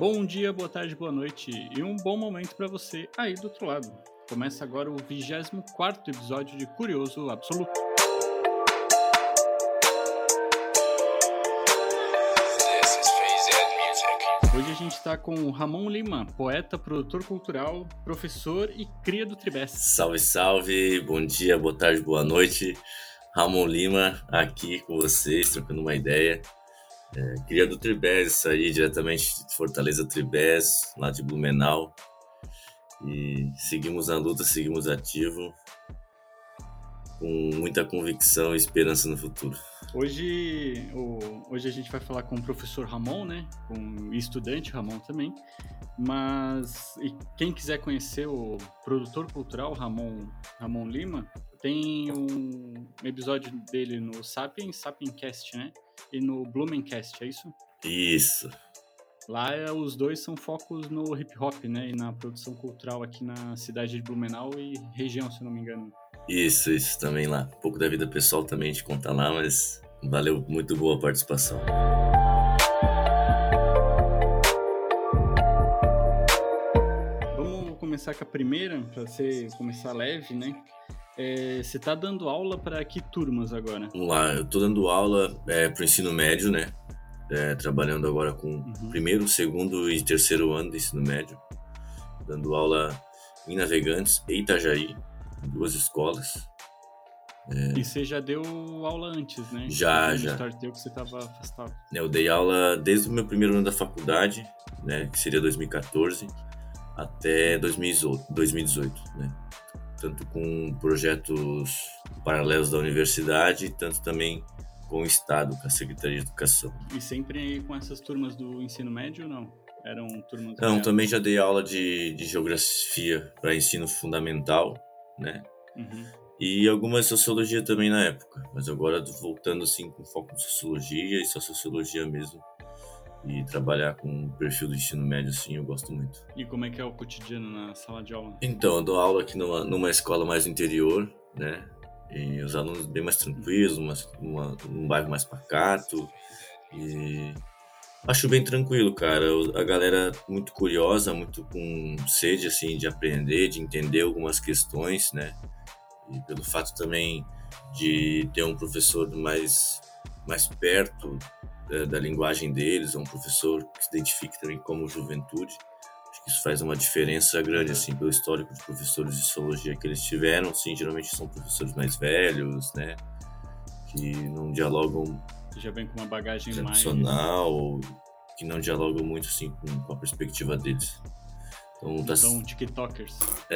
Bom dia, boa tarde, boa noite e um bom momento para você aí do outro lado. Começa agora o 24º episódio de Curioso Absoluto. Hoje a gente está com o Ramon Lima, poeta, produtor cultural, professor e cria do Tribes. Salve, salve, bom dia, boa tarde, boa noite. Ramon Lima aqui com vocês, trocando uma ideia. Cria do Tribes, aí diretamente de Fortaleza Tribes, lá de Blumenau. E seguimos na luta, seguimos ativo, com muita convicção e esperança no futuro. Hoje a gente vai falar com o professor Ramon, né? Com o estudante Ramon também. Mas quem quiser conhecer o produtor cultural Ramon Lima, tem um episódio dele no Sapiencast, né? E no Blumencast, é isso? Isso. Lá os dois são focos no hip hop, né? E na produção cultural aqui na cidade de Blumenau e região, se não me engano. Isso também lá. Um pouco da vida pessoal também de contar lá, mas valeu, muito boa a participação. Vamos começar com a primeira, para você começar leve, né? Você tá dando aula para que turmas agora? Vamos lá, eu tô dando aula pro ensino médio, né? Trabalhando agora com primeiro, segundo e terceiro ano do ensino médio. Dando aula em Navegantes e Itajaí, em duas escolas. E você já deu aula antes, né? Já. Que você estava afastado. Eu dei aula desde o meu primeiro ano da faculdade, né? Que seria 2014, até 2018, né? Tanto com projetos paralelos da universidade, tanto também com o Estado, com a Secretaria de Educação. E sempre com essas turmas do ensino médio ou não? Eram turmas... Não, também já dei aula de geografia para ensino fundamental, né? E algumas sociologia também na época, mas agora voltando assim com foco em sociologia e só sociologia mesmo. E trabalhar com o perfil do ensino médio, assim, eu gosto muito. E como é que é o cotidiano na sala de aula? Então, eu dou aula aqui numa escola mais interior, né? E os alunos bem mais tranquilos, um bairro mais pacato. E acho bem tranquilo, cara. A galera muito curiosa, muito com sede, assim, de aprender, de entender algumas questões, né? E pelo fato também de ter um professor mais perto da linguagem deles, um professor que se identifique também como juventude. Acho que isso faz uma diferença grande, assim, pelo histórico de professores de sociologia que eles tiveram. Assim, geralmente são professores mais velhos, né? Que não dialogam... Que já vem com uma bagagem tradicional, que não dialogam muito, assim, com a perspectiva deles. Então, são tiktokers.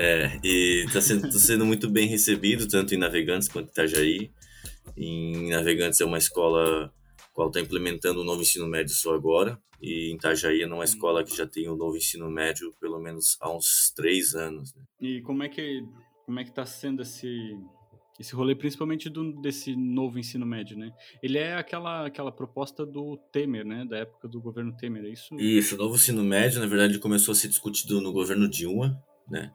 E tá sendo muito bem recebido, tanto em Navegantes quanto em Itajaí. Em Navegantes é uma escola qual está implementando o novo ensino médio só agora, e em Itajaí é uma escola que já tem o novo ensino médio pelo menos há uns 3 anos. Né? E como é que tá sendo esse rolê, principalmente desse novo ensino médio, né? Ele é aquela proposta do Temer, né? Da época do governo Temer, é isso? Isso, o novo ensino médio, na verdade, começou a ser discutido no governo Dilma, né?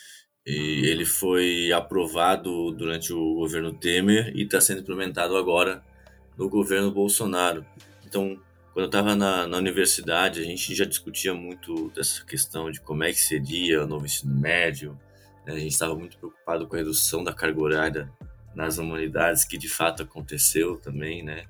E ele foi aprovado durante o governo Temer e está sendo implementado agora no governo Bolsonaro. Então, quando eu estava na universidade, a gente já discutia muito dessa questão de como é que seria o novo ensino médio. Né? A gente estava muito preocupado com a redução da carga horária nas humanidades, que de fato aconteceu também, né?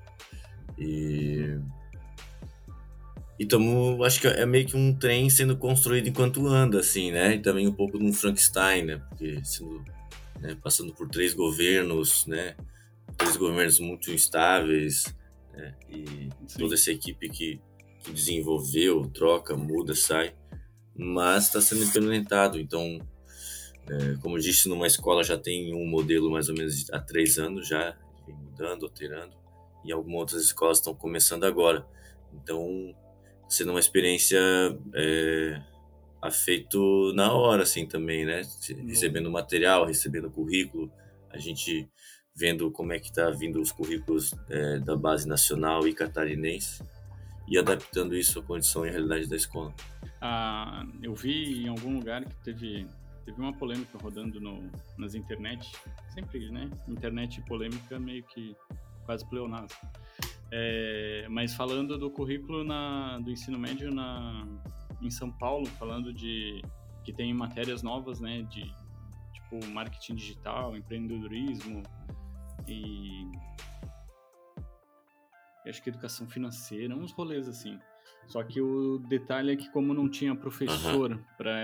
Acho que é meio que um trem sendo construído enquanto anda, assim, né? E também um pouco de um Frankenstein, né? Porque passando por 3 governos, né? 3 governos muito instáveis, né? E toda essa equipe que desenvolveu, troca, muda, sai, mas está sendo implementado. Então, como eu disse, numa escola já tem um modelo mais ou menos há 3 anos já, vem mudando, alterando, e algumas outras escolas estão começando agora. Então, sendo uma experiência feito na hora, assim, também, né? Recebendo material, recebendo currículo, a gente vendo como é que tá vindo os currículos da base nacional e catarinense e adaptando isso à condição e à realidade da escola. Eu vi em algum lugar que teve uma polêmica rodando nas internet, sempre, né? Internet e polêmica meio que quase pleonasmo. Mas falando do currículo do ensino médio em São Paulo, falando de que tem matérias novas, né, de tipo marketing digital, empreendedorismo e acho que educação financeira, uns rolês assim. Só que o detalhe é que como não tinha Aham. professor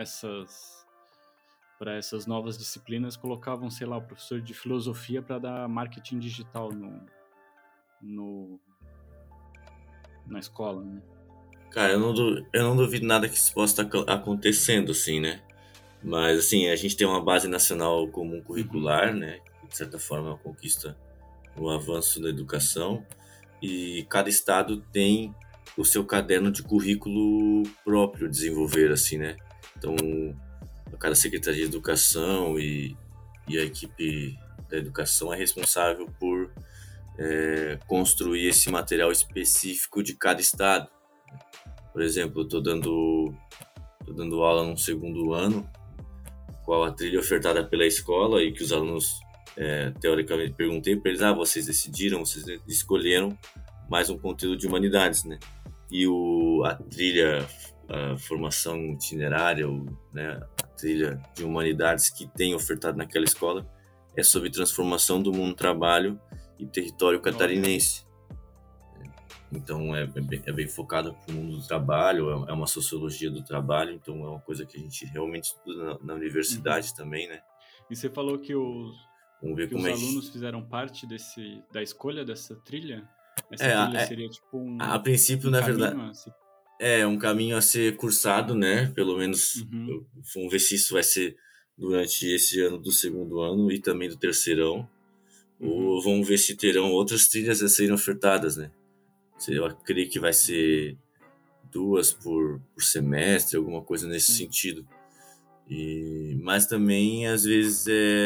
para essas novas disciplinas, colocavam, sei lá, o professor de filosofia para dar marketing digital no, na escola, né? Cara, eu não duvido nada que isso possa estar acontecendo, assim, né? Mas, assim, a gente tem uma base nacional comum Uhum. curricular, né? Que, de certa forma, é uma conquista, um avanço da educação. E cada estado tem o seu caderno de currículo próprio a desenvolver, assim, né? Então, cada secretaria de educação e a equipe da educação é responsável por construir esse material específico de cada estado. Por exemplo, eu tô dando aula no segundo ano, qual a trilha ofertada pela escola e que os alunos, teoricamente, perguntei para eles, vocês decidiram, vocês escolheram mais um conteúdo de humanidades, né? E a trilha, a formação itinerária, né, a trilha de humanidades que tem ofertado naquela escola é sobre transformação do mundo do trabalho e território Olha, catarinense. Então é bem focado para o mundo do trabalho, é uma sociologia do trabalho, então é uma coisa que a gente realmente estuda na uhum. universidade também, né? E você falou Vamos ver que como os é que... alunos fizeram parte da escolha dessa trilha? Essa É, trilha seria tipo a princípio, um na verdade, caminho a se... é um caminho a ser cursado, né? Pelo menos, Uhum, vamos ver se isso vai ser durante esse ano do segundo ano e também do terceirão. uhum, Ou vamos ver se terão outras trilhas a serem ofertadas, né? Eu creio que vai ser duas por semestre, alguma coisa nesse sim. sentido. Mas também, às vezes,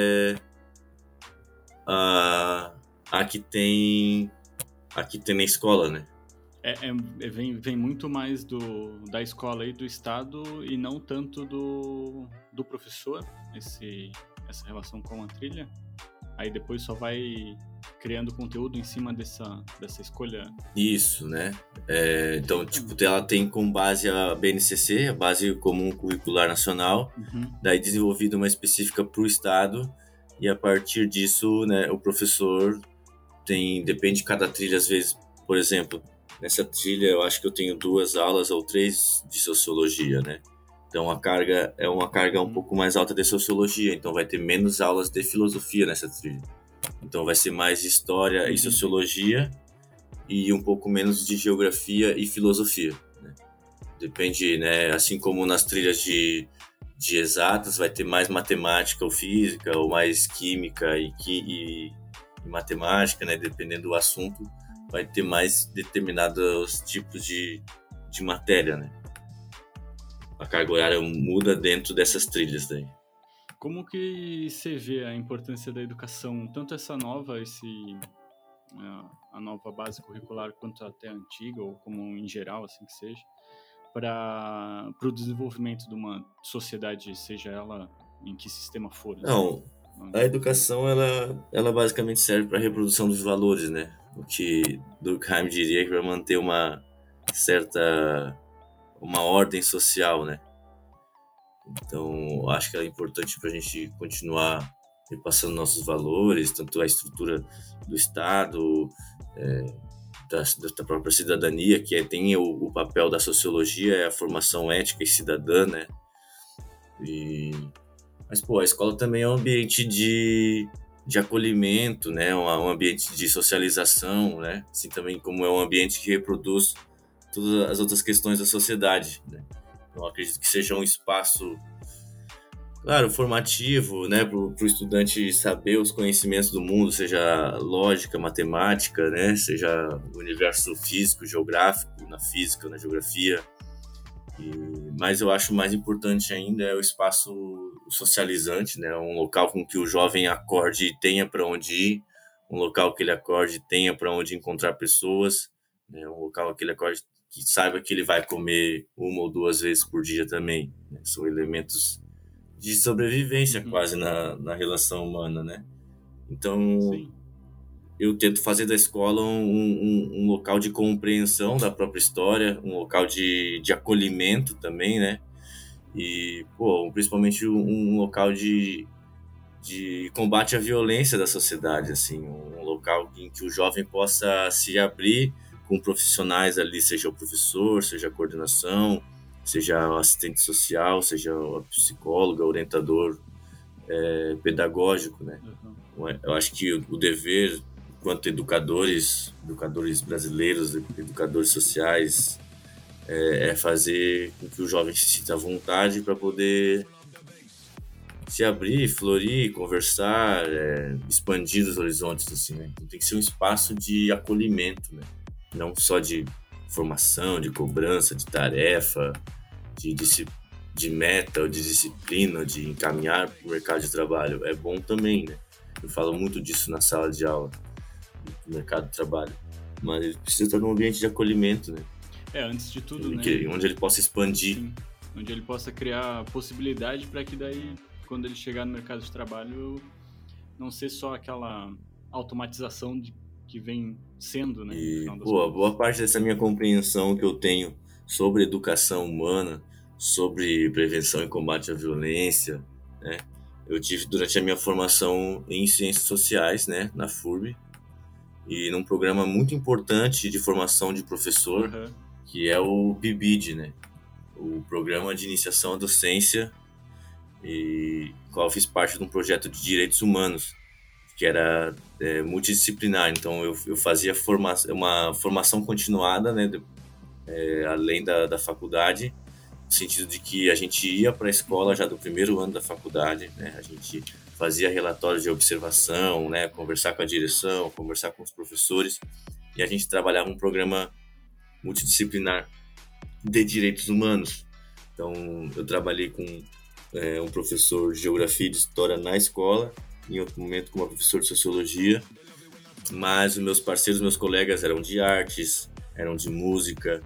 a, a que tem a que tem na escola, né? Vem muito mais da escola e do estado e não tanto do professor, essa relação com a trilha. Aí depois só vai criando conteúdo em cima dessa escolha. Isso, né? Que Então, tipo, bacana. ela tem como base a BNCC, a Base Comum Curricular Nacional, Uhum, daí desenvolvida uma específica para o Estado, e a partir disso, né, o professor depende de cada trilha, às vezes, por exemplo, nessa trilha eu acho que eu tenho 2 aulas ou 3 de Sociologia, né? Então a carga é uma carga um uhum, pouco mais alta de Sociologia, então vai ter menos aulas de Filosofia nessa trilha. Então vai ser mais História e entendi. Sociologia, e um pouco menos de geografia e filosofia, né? Depende, né? Assim como nas trilhas de exatas, vai ter mais matemática ou física, ou mais química e matemática, né? Dependendo do assunto, vai ter mais determinados tipos de matéria, né? A carga horária muda dentro dessas trilhas daí. Como que você vê a importância da educação, tanto essa nova, a nova base curricular, quanto até a antiga, ou como em geral, assim que seja, para o desenvolvimento de uma sociedade, seja ela em que sistema for, assim? Não, a educação ela basicamente serve para a reprodução dos valores, né? O que Durkheim diria que vai manter certa uma ordem social, né? Então, acho que é importante para a gente continuar repassando nossos valores, tanto a estrutura do Estado, é, da própria cidadania, que tem o papel da sociologia, é a formação ética e cidadã, né? E, mas, pô, a escola também é um ambiente de acolhimento, né? Um ambiente de socialização, né? Assim também como é um ambiente que reproduz todas as outras questões da sociedade, né? Então, acredito que seja um espaço, claro, formativo, né, para o estudante saber os conhecimentos do mundo, seja lógica, matemática, né, seja o universo físico, geográfico, na física, na geografia. Mas eu acho mais importante ainda é o espaço socializante, né, um local com que o jovem acorde e tenha para onde ir, um local que ele acorde e tenha para onde encontrar pessoas, né, um local que ele acorde que saiba que ele vai comer uma ou duas vezes por dia também, né, são elementos de sobrevivência Uhum, quase na relação humana, né? Então, sim. eu tento fazer da escola um local de compreensão da própria história, um local de acolhimento também, né? E, pô, principalmente um local de combate à violência da sociedade, assim, um local em que o jovem possa se abrir com profissionais ali, seja o professor, seja a coordenação, seja o assistente social, seja a psicóloga, orientador pedagógico, né? Uhum. Eu acho que o dever, enquanto educadores brasileiros, educadores sociais, é fazer com que o jovem se sinta à vontade para poder se abrir, florir, conversar, expandir os horizontes, assim, né? Então, tem que ser um espaço de acolhimento, né? Não só de formação, de cobrança, de tarefa, de, de meta, ou de disciplina, de encaminhar para o mercado de trabalho. É bom também, né? Eu falo muito disso na sala de aula, no mercado de trabalho. Mas ele precisa estar num ambiente de acolhimento, né? Antes de tudo, né? Onde ele possa expandir. Sim. Onde ele possa criar possibilidade para que daí, quando ele chegar no mercado de trabalho, não ser só aquela automatização que vem sendo, né? E, pô, boa parte dessa minha compreensão que eu tenho sobre educação humana, sobre prevenção e combate à violência, né? Eu tive durante a minha formação em ciências sociais, né, na FURB, e num programa muito importante de formação de professor, que é o PIBID, né? O Programa de Iniciação à Docência, e qual eu fiz parte de um projeto de direitos humanos, que era multidisciplinar. Então eu fazia uma formação continuada, né, além da faculdade, no sentido de que a gente ia para a escola já do primeiro ano da faculdade, né, a gente fazia relatórios de observação, né, conversar com a direção, conversar com os professores, e a gente trabalhava um programa multidisciplinar de direitos humanos. Então eu trabalhei com um professor de geografia e de história na escola, em outro momento com uma professora de sociologia, mas os meus parceiros, meus colegas eram de artes, eram de música,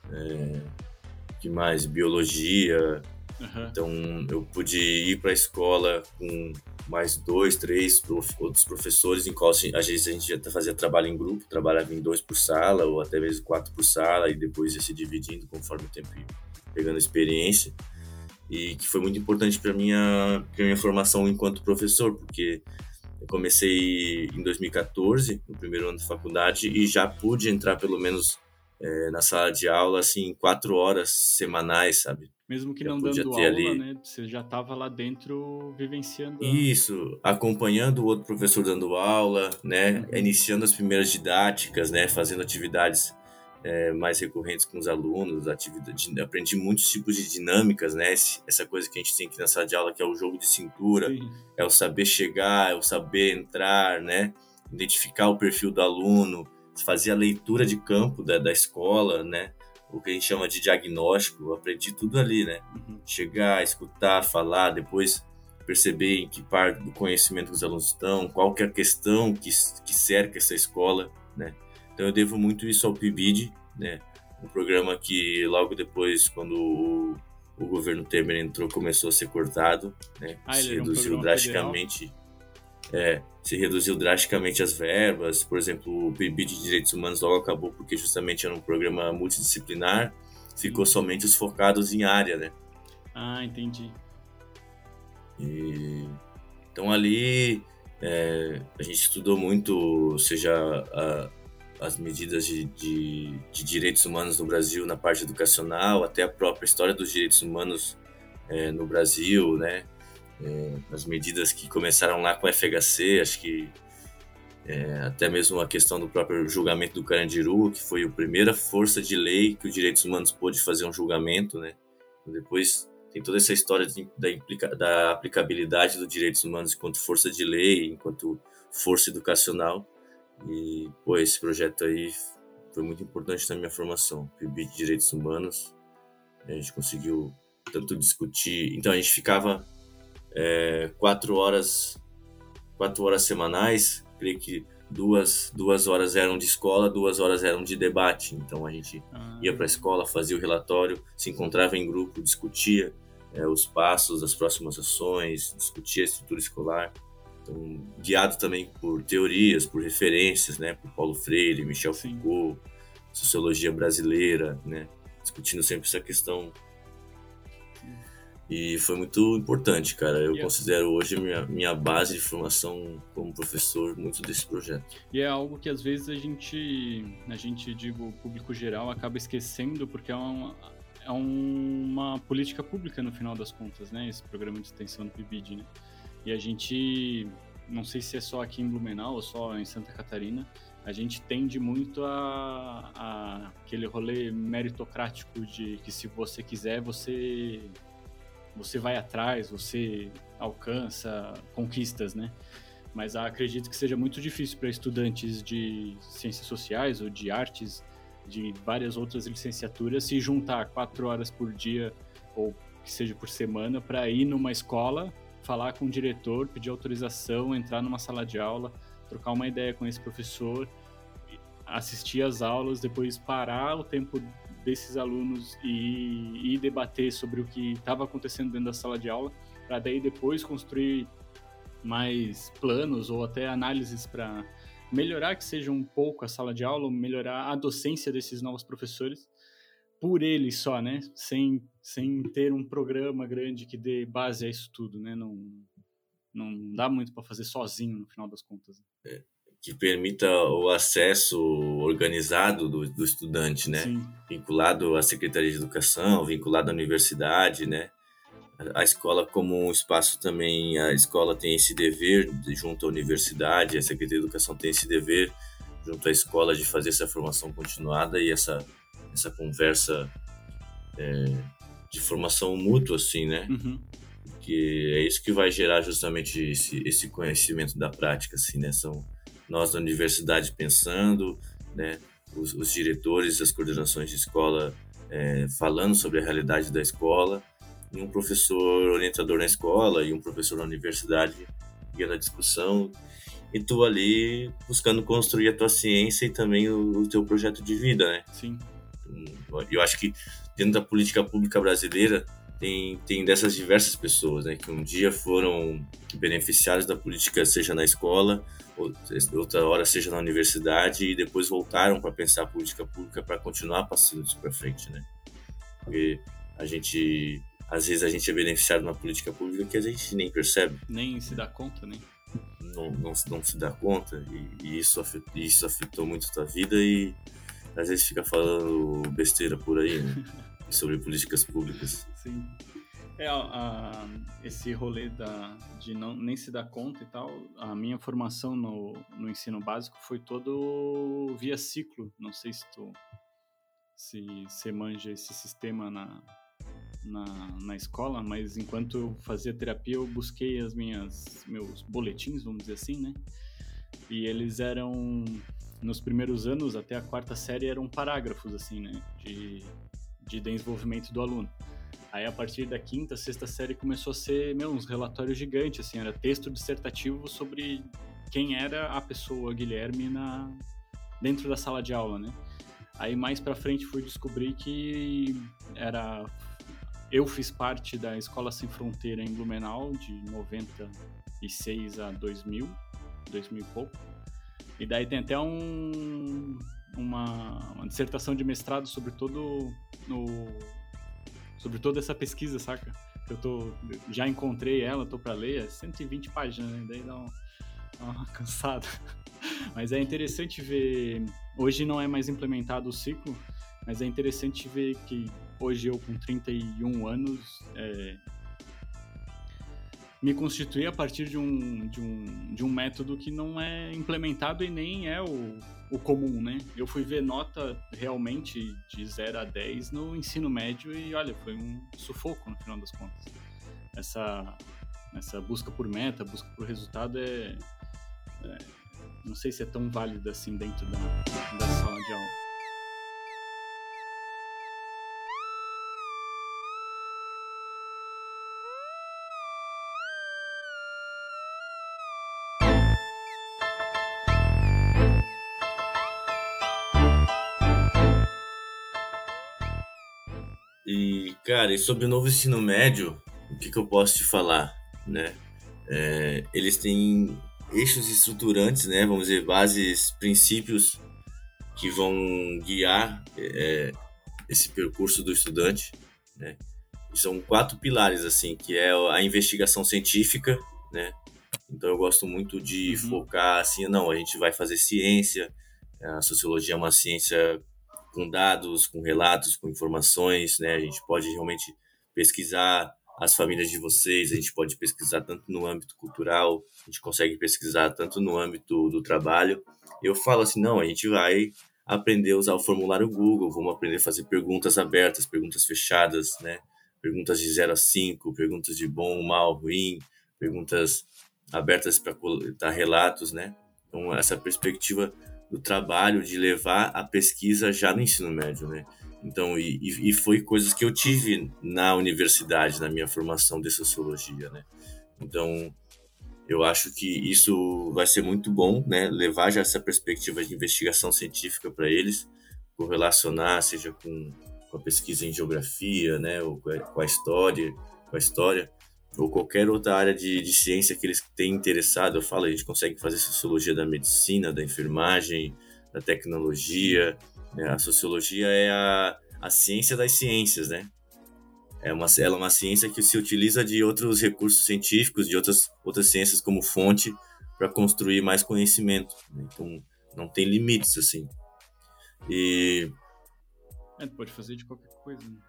que mais? Biologia. Então eu pude ir para a escola com mais 2, 3 outros professores, em qual às vezes a gente já fazia trabalho em grupo, trabalhava em 2 por sala ou até mesmo 4 por sala, e depois ia se dividindo conforme o tempo ia pegando experiência. E que foi muito importante para minha formação enquanto professor, porque eu comecei em 2014, no primeiro ano de faculdade, e já pude entrar pelo menos na sala de aula, assim, 4 horas semanais, sabe? Mesmo que já não dando aula, ali, né? Você já estava lá dentro vivenciando. Isso, acompanhando o outro professor dando aula, né? Iniciando as primeiras didáticas, né? Fazendo atividades mais recorrentes com os alunos, aprendi muitos tipos de dinâmicas, né? Essa coisa que a gente tem aqui na sala de aula, que é o jogo de cintura, sim, é o saber chegar, é o saber entrar, né? Identificar o perfil do aluno, fazer a leitura de campo da escola, né? O que a gente chama de diagnóstico, eu aprendi tudo ali, né? Chegar, escutar, falar, depois perceber em que parte do conhecimento os alunos estão, qual que é a questão que cerca essa escola, né? Então eu devo muito isso ao PIBID, né? Um programa que logo depois, quando o governo Temer entrou, começou a ser cortado, né? Se reduziu drasticamente. Se reduziu drasticamente as verbas. Por exemplo, o PIBID de Direitos Humanos logo acabou porque justamente era um programa multidisciplinar, ficou somente os focados em área, né? Ah, entendi. Então ali a gente estudou muito, seja as medidas de direitos humanos no Brasil na parte educacional, até a própria história dos direitos humanos no Brasil, né? As medidas que começaram lá com a FHC, acho que até mesmo a questão do próprio julgamento do Carandiru, que foi a primeira força de lei que os direitos humanos pôde fazer um julgamento, né? Depois tem toda essa história da aplicabilidade dos direitos humanos enquanto força de lei, enquanto força educacional. E, pô, esse projeto aí foi muito importante na minha formação, PIBID de Direitos Humanos. A gente conseguiu tanto discutir. Então a gente ficava 4 horas semanais, creio que 2 horas eram de escola, 2 horas eram de debate. Então a gente ia para a escola, fazia o relatório, se encontrava em grupo, discutia os passos, as próximas ações, discutia a estrutura escolar. Então, guiado também por teorias, por referências, né? Por Paulo Freire, Michel Sim. Foucault, sociologia brasileira, né? Discutindo sempre essa questão. E foi muito importante, cara. Eu considero hoje minha base de formação como professor muito desse projeto. E é algo que às vezes a gente, digo, o público geral, acaba esquecendo, porque é uma política pública no final das contas, né? Esse programa de extensão do PIBID, né? E a gente, não sei se é só aqui em Blumenau ou só em Santa Catarina, a gente tende muito a aquele rolê meritocrático de que se você quiser, você vai atrás, você alcança conquistas, né? Mas acredito que seja muito difícil para estudantes de ciências sociais ou de artes, de várias outras licenciaturas, se juntar 4 horas por dia ou que seja por semana para ir numa escola, falar com o diretor, pedir autorização, entrar numa sala de aula, trocar uma ideia com esse professor, assistir às aulas, depois parar o tempo desses alunos e debater sobre o que estava acontecendo dentro da sala de aula, para daí depois construir mais planos ou até análises para melhorar que seja um pouco a sala de aula, ou melhorar a docência desses novos professores por eles só, né? Sem ter um programa grande que dê base a isso tudo, né? Não dá muito para fazer sozinho no final das contas. Que permita o acesso organizado do estudante, né? Sim. Vinculado à Secretaria de Educação, vinculado à universidade, né? A escola como um espaço também, a escola tem esse dever junto à universidade, a Secretaria de Educação tem esse dever junto à escola de fazer essa formação continuada e essa conversa de formação mútua, assim, né? Uhum. Porque é isso que vai gerar justamente esse conhecimento da prática, assim, né? São nós da universidade pensando, né? Os diretores, as coordenações de escola falando sobre a realidade da escola, e um professor orientador na escola e um professor na universidade guiando a discussão, e tu ali buscando construir a tua ciência e também o teu projeto de vida, né? Sim. Eu acho que dentro da política pública brasileira tem dessas diversas pessoas, né, que um dia foram beneficiários da política, seja na escola, outra hora seja na universidade, e depois voltaram para pensar a política pública para continuar passando isso para frente, né? Porque às vezes a gente é beneficiado na política pública que a gente nem percebe. Nem se dá conta, né? Não se dá conta, e isso afetou muito a tua vida, e às vezes fica falando besteira por aí, né? Sobre políticas públicas. Sim. Esse rolê de nem se dar conta e tal, a minha formação no ensino básico foi todo via ciclo. Não sei se você manja esse sistema na escola, mas enquanto eu fazia terapia, eu busquei meus boletins, vamos dizer assim, né? E eles eram, nos primeiros anos, até a 4ª série, eram parágrafos, assim, né? De desenvolvimento do aluno. Aí, a partir da 5ª, 6ª série, começou a ser, uns relatórios gigantes, assim, era texto dissertativo sobre quem era a pessoa, Guilherme, dentro da sala de aula, né? Aí, mais pra frente, fui descobrir que eu fiz parte da Escola Sem Fronteira em Blumenau, de 96 a 2000 e pouco. E daí tem até uma dissertação de mestrado sobre toda essa pesquisa, saca? Já encontrei ela, tô pra ler, é 120 páginas, né? Daí dá uma cansada. Mas é interessante ver, hoje não é mais implementado o ciclo, mas é interessante ver que hoje eu com 31 anos me constituí a partir de um método que não é implementado e nem é o comum, né? Eu fui ver nota realmente de 0 a 10 no ensino médio e, olha, foi um sufoco no final das contas. Essa busca por meta, busca por resultado não sei se é tão válida assim dentro da sala de aula. E, cara, e sobre o novo ensino médio, o que eu posso te falar, né? Eles têm eixos estruturantes, né? Vamos dizer, bases, princípios que vão guiar esse percurso do estudante, né? São 4 pilares, assim, que é a investigação científica, né? Então eu gosto muito de focar assim, não, a gente vai fazer ciência, a sociologia é uma ciência com dados, com relatos, com informações, né? A gente pode realmente pesquisar as famílias de vocês, a gente pode pesquisar tanto no âmbito cultural, a gente consegue pesquisar tanto no âmbito do trabalho. Eu falo assim, não, a gente vai aprender a usar o formulário Google, vamos aprender a fazer perguntas abertas, perguntas fechadas, né? Perguntas de 0 a 5, perguntas de bom, mal, ruim, perguntas abertas para coletar relatos, né? Então, essa perspectiva do trabalho, de levar a pesquisa já no ensino médio, né? Então, e foi coisas que eu tive na universidade, na minha formação de sociologia, né? Então, eu acho que isso vai ser muito bom, né? Levar já essa perspectiva de investigação científica para eles, correlacionar, seja com a pesquisa em geografia, né? Ou com a história, ou qualquer outra área de ciência que eles tenham interessado. Eu falo, a gente consegue fazer sociologia da medicina, da enfermagem, da tecnologia, né? A sociologia é a ciência das ciências, né? Ela é uma ciência que se utiliza de outros recursos científicos, de outras ciências como fonte para construir mais conhecimento, né? Então, não tem limites, assim. E pode fazer de qualquer coisa, né?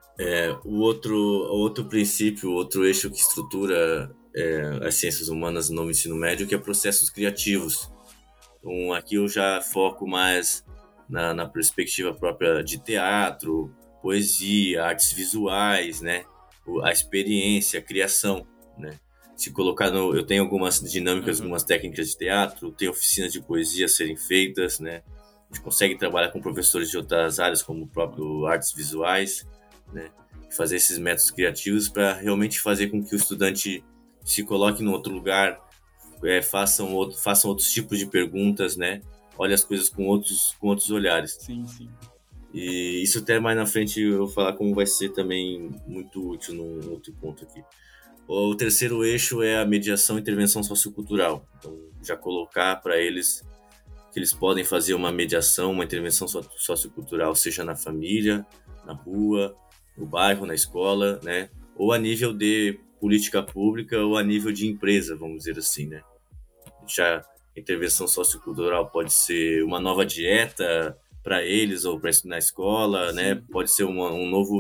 o outro princípio, o outro eixo que estrutura as ciências humanas no ensino médio, que é processos criativos. Então, aqui eu já foco mais na perspectiva própria de teatro, poesia, artes visuais, né? A experiência, a criação, né? Se colocar eu tenho algumas dinâmicas, algumas técnicas de teatro, tem oficinas de poesia a serem feitas, né? A gente consegue trabalhar com professores de outras áreas, como o próprio artes visuais, né? Fazer esses métodos criativos para realmente fazer com que o estudante se coloque em outro lugar, façam outros tipos de perguntas, né? Olhe as coisas com outros olhares. Sim, sim. E isso até mais na frente eu vou falar como vai ser também muito útil num outro ponto aqui. O terceiro eixo é a mediação e intervenção sociocultural. Então, já colocar para eles que eles podem fazer uma mediação, uma intervenção sociocultural, seja na família, na rua, no bairro, na escola, né? Ou a nível de política pública ou a nível de empresa, vamos dizer assim, né? Já intervenção sociocultural pode ser uma nova dieta para eles ou para ensinar na escola, né? Pode ser uma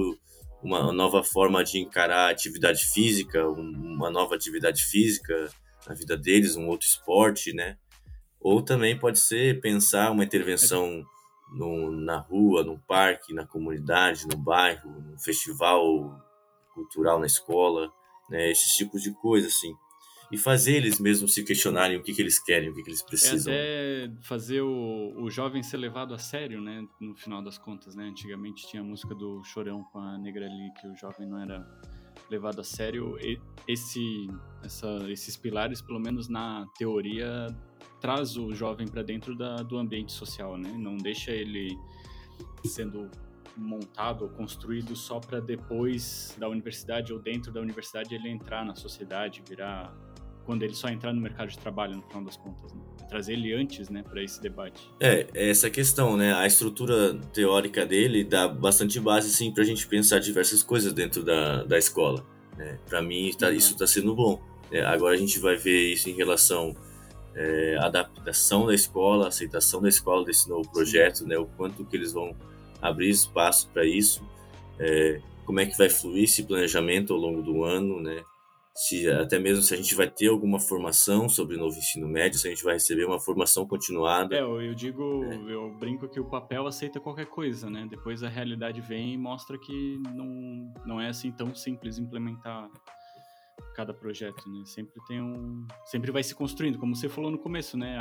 nova forma de encarar a atividade física, uma nova atividade física na vida deles, um outro esporte, né? Ou também pode ser pensar uma intervenção na rua, no parque, na comunidade, no bairro, no festival cultural na escola, né? Esses tipos de coisas, assim. E fazer eles mesmos se questionarem o que eles querem, o que eles precisam. Até fazer o jovem ser levado a sério, né? No final das contas, né? Antigamente tinha a música do Chorão com a Negra Lee, que o jovem não era levado a sério. Esses pilares, pelo menos na teoria, traz o jovem para dentro do ambiente social, né? Não deixa ele sendo montado ou construído só para depois da universidade ou dentro da universidade ele entrar na sociedade, virar quando ele só entrar no mercado de trabalho, no final das contas, né? Trazer ele antes, né, para esse debate. Essa questão, né? A estrutura teórica dele dá bastante base, sim, para a gente pensar diversas coisas dentro da escola, né? Para mim, isso está sendo bom. Agora a gente vai ver isso em relação à adaptação da escola, aceitação da escola desse novo projeto, né? O quanto que eles vão abrir espaço para isso, como é que vai fluir esse planejamento ao longo do ano, né? Até mesmo se a gente vai ter alguma formação sobre o novo ensino médio, se a gente vai receber uma formação continuada. Eu brinco que o papel aceita qualquer coisa, né? Depois a realidade vem e mostra que não é assim tão simples implementar cada projeto, né? Sempre vai se construindo, como você falou no começo, né?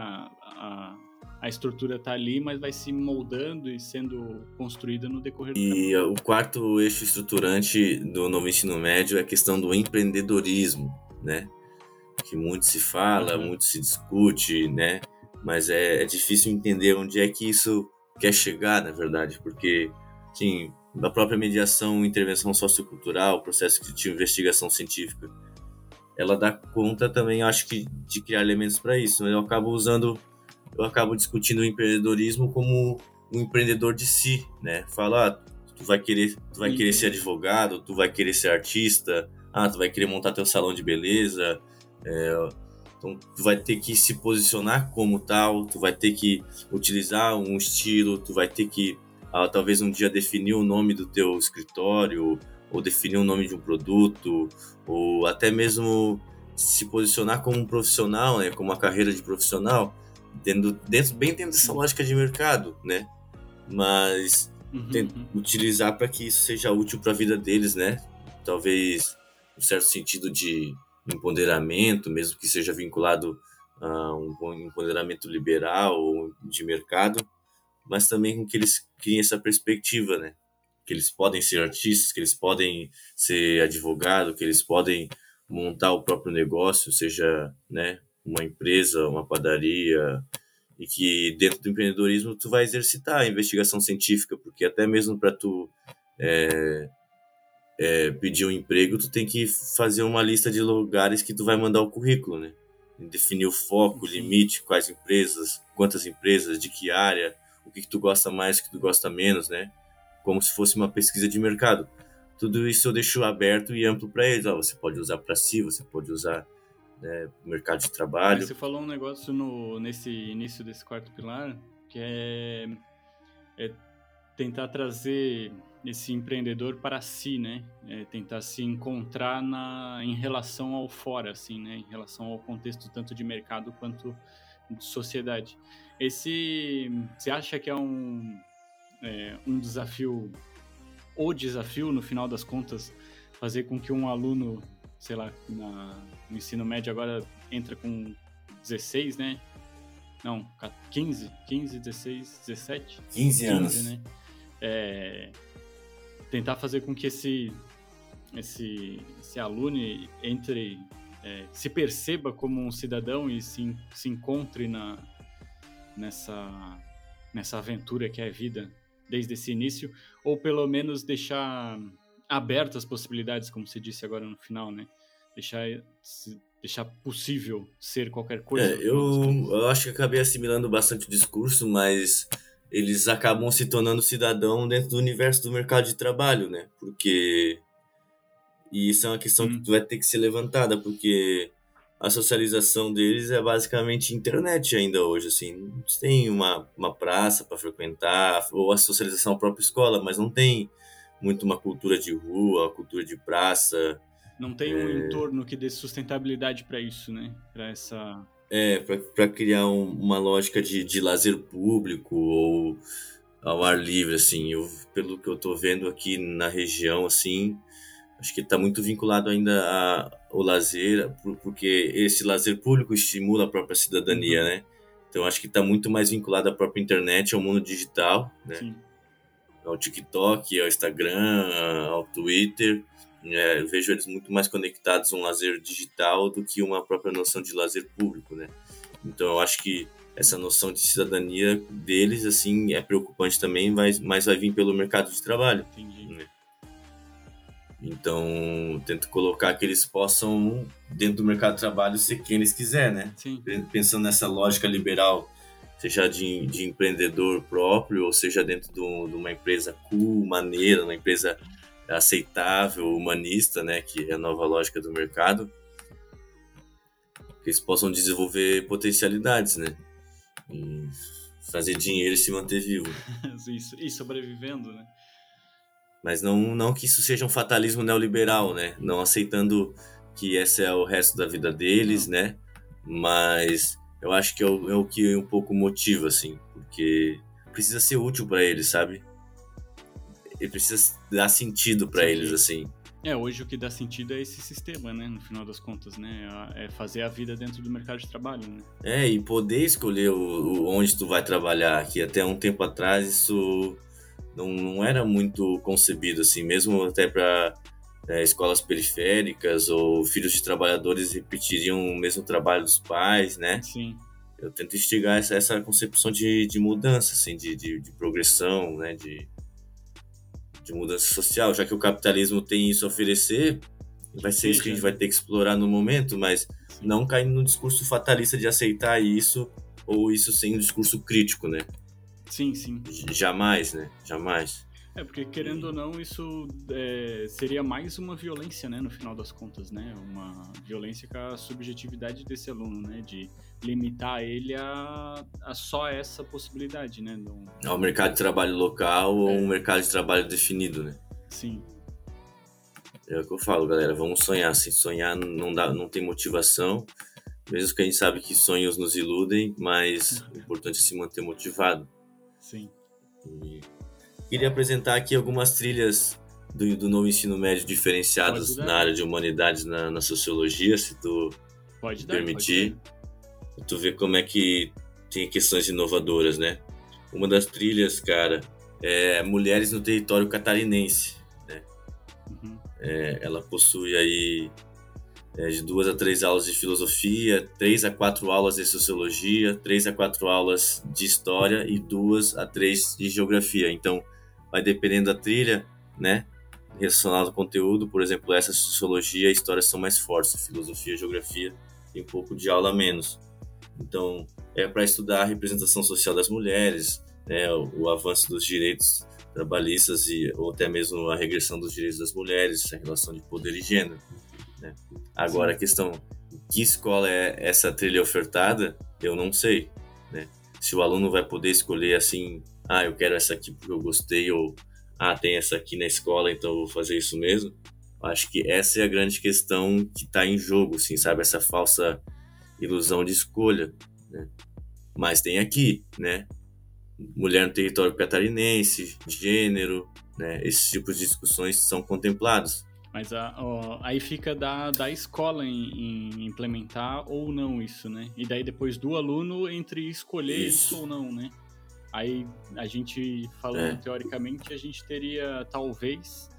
A estrutura tá ali, mas vai se moldando e sendo construída no decorrer do caminho. E o quarto eixo estruturante do novo ensino médio é a questão do empreendedorismo, né? Que muito se fala, muito se discute, né? Mas é difícil entender onde é que isso quer chegar, na verdade, porque, sim, da própria mediação, intervenção sociocultural, processo de investigação científica, ela dá conta também, acho que, de criar elementos para isso. Eu acabo discutindo o empreendedorismo como um empreendedor de si, né? Fala, tu vai querer ser advogado, tu vai querer ser artista, tu vai querer montar teu salão de beleza, então tu vai ter que se posicionar como tal, tu vai ter que utilizar um estilo, tu vai ter que talvez um dia definir o nome do teu escritório, ou definir o nome de um produto, ou até mesmo se posicionar como um profissional, né? Como uma carreira de profissional, bem dentro dessa lógica de mercado, né? Mas utilizar para que isso seja útil para a vida deles, né? Talvez um certo sentido de empoderamento, mesmo que seja vinculado a um empoderamento liberal ou de mercado, mas também com que eles criem essa perspectiva, né? Que eles podem ser artistas, que eles podem ser advogado, que eles podem montar o próprio negócio, seja, né, uma empresa, uma padaria, e que dentro do empreendedorismo tu vai exercitar a investigação científica, porque até mesmo para tu pedir um emprego, tu tem que fazer uma lista de lugares que tu vai mandar o currículo, né? Definir o foco, o limite, quais empresas, quantas empresas, de que área, o que tu gosta mais, o que tu gosta menos, né? Como se fosse uma pesquisa de mercado. Tudo isso eu deixo aberto e amplo para eles. Você pode usar para si, você pode usar, né, no mercado de trabalho. Você falou um negócio nesse início desse quarto pilar, que é tentar trazer esse empreendedor para si, né? Tentar se encontrar em relação ao fora, assim, né? Em relação ao contexto tanto de mercado quanto de sociedade. Você acha que é um desafio, o desafio, no final das contas, fazer com que um aluno, sei lá, no ensino médio agora entra com 16, né? Não, 15, 16, 17? 15 anos. Né? Tentar fazer com que esse aluno entre, se perceba como um cidadão e se encontre nessa aventura que é a vida desde esse início, ou pelo menos deixar abertas as possibilidades, como você disse agora no final, né? Deixar possível ser qualquer coisa. Eu acho que acabei assimilando bastante o discurso, mas eles acabam se tornando cidadão dentro do universo do mercado de trabalho, né? E isso é uma questão que vai ter que ser levantada, porque a socialização deles é basicamente internet ainda hoje, assim. Tem uma praça para frequentar, ou a socialização da própria escola, mas não tem muito uma cultura de rua, uma cultura de praça. Não tem um entorno que dê sustentabilidade para isso, né? Para criar uma lógica de lazer público ou ao ar livre, assim. Pelo que eu tô vendo aqui na região, assim, acho que está muito vinculado ainda ao lazer, porque esse lazer público estimula a própria cidadania, né? Então acho que está muito mais vinculado à própria internet, ao mundo digital, né? Sim. Ao TikTok, ao Instagram, ao Twitter. Eu vejo eles muito mais conectados a um lazer digital do que uma própria noção de lazer público, né? Então eu acho que essa noção de cidadania deles, assim, é preocupante também, mas vai vir pelo mercado de trabalho. Entendi. Né? Então, tento colocar que eles possam, dentro do mercado de trabalho, ser quem eles quiserem, né? Sim. Pensando nessa lógica liberal, seja de empreendedor próprio, ou seja dentro de uma empresa cool, maneira, uma empresa aceitável, humanista, né? Que é a nova lógica do mercado. Que eles possam desenvolver potencialidades, né? E fazer dinheiro e se manter vivo. Isso, e sobrevivendo, né? Mas não que isso seja um fatalismo neoliberal, né? Não aceitando que esse é o resto da vida deles, né? Mas eu acho que é o que um pouco motiva, assim. Porque precisa ser útil para eles, sabe? Ele precisa dar sentido para eles, assim. Hoje o que dá sentido é esse sistema, né? No final das contas, né? É fazer a vida dentro do mercado de trabalho, né? E poder escolher onde tu vai trabalhar. Que até um tempo atrás isso não era muito concebido, assim. Mesmo até para escolas periféricas ou filhos de trabalhadores repetiriam o mesmo trabalho dos pais, né? Sim. Eu tento instigar essa concepção de mudança, assim, de progressão, né? De mudança social, já que o capitalismo tem isso a oferecer, vai ser isso que a seja, gente vai né? ter que explorar no momento, mas Sim, não cair no discurso fatalista de aceitar isso ou isso sem um discurso crítico, né? sim, sim. Jamais, né? Jamais. É, porque querendo E ou não, isso seria mais uma violência, né, no final das contas, né? Uma violência com a subjetividade desse aluno, né? De limitar ele a só essa possibilidade, né? ao mercado de trabalho local ou um É, mercado de trabalho definido, né? sim, É o que eu falo, galera. Vamos sonhar. Se sonhar não dá, não tem motivação, mesmo que a gente sabe que sonhos nos iludem, mas o importante é se manter motivado. sim. E queria apresentar aqui algumas trilhas do novo ensino médio Pode diferenciados na dar, área de humanidades na sociologia, se tu me pode dar, pode dar. permitir. Tu vê como é que tem questões inovadoras, né? Uma das trilhas, cara, é Mulheres no Território Catarinense. Uhum. Ela possui aí de 2 a 3 aulas de filosofia, 3 a 4 aulas de sociologia, 3 a 4 aulas de história e 2 a 3 de geografia. Então, vai dependendo da trilha, né? Relacionado ao conteúdo, por exemplo, essa sociologia e história são mais fortes, filosofia e geografia tem um pouco de aula a menos. Então, é para estudar a representação social das mulheres, né, o avanço dos direitos trabalhistas ou até mesmo a regressão dos direitos das mulheres, a relação de poder e gênero. Né? Agora, Sim, a questão, que escola é essa trilha ofertada, eu não sei. Né? Se o aluno vai poder escolher assim, eu quero essa aqui porque eu gostei, ou tem essa aqui na escola, então eu vou fazer isso mesmo. Acho que essa é a grande questão que está em jogo, assim, sabe? Essa falsa ilusão de escolha, né? Mas tem aqui, né? Mulher no território catarinense, gênero, né? Esses tipos de discussões são contemplados. mas aí fica da escola em implementar ou não isso, né? E daí depois do aluno entre escolher isso Isso, ou não, né? Aí a gente, falando é, teoricamente, a gente teria talvez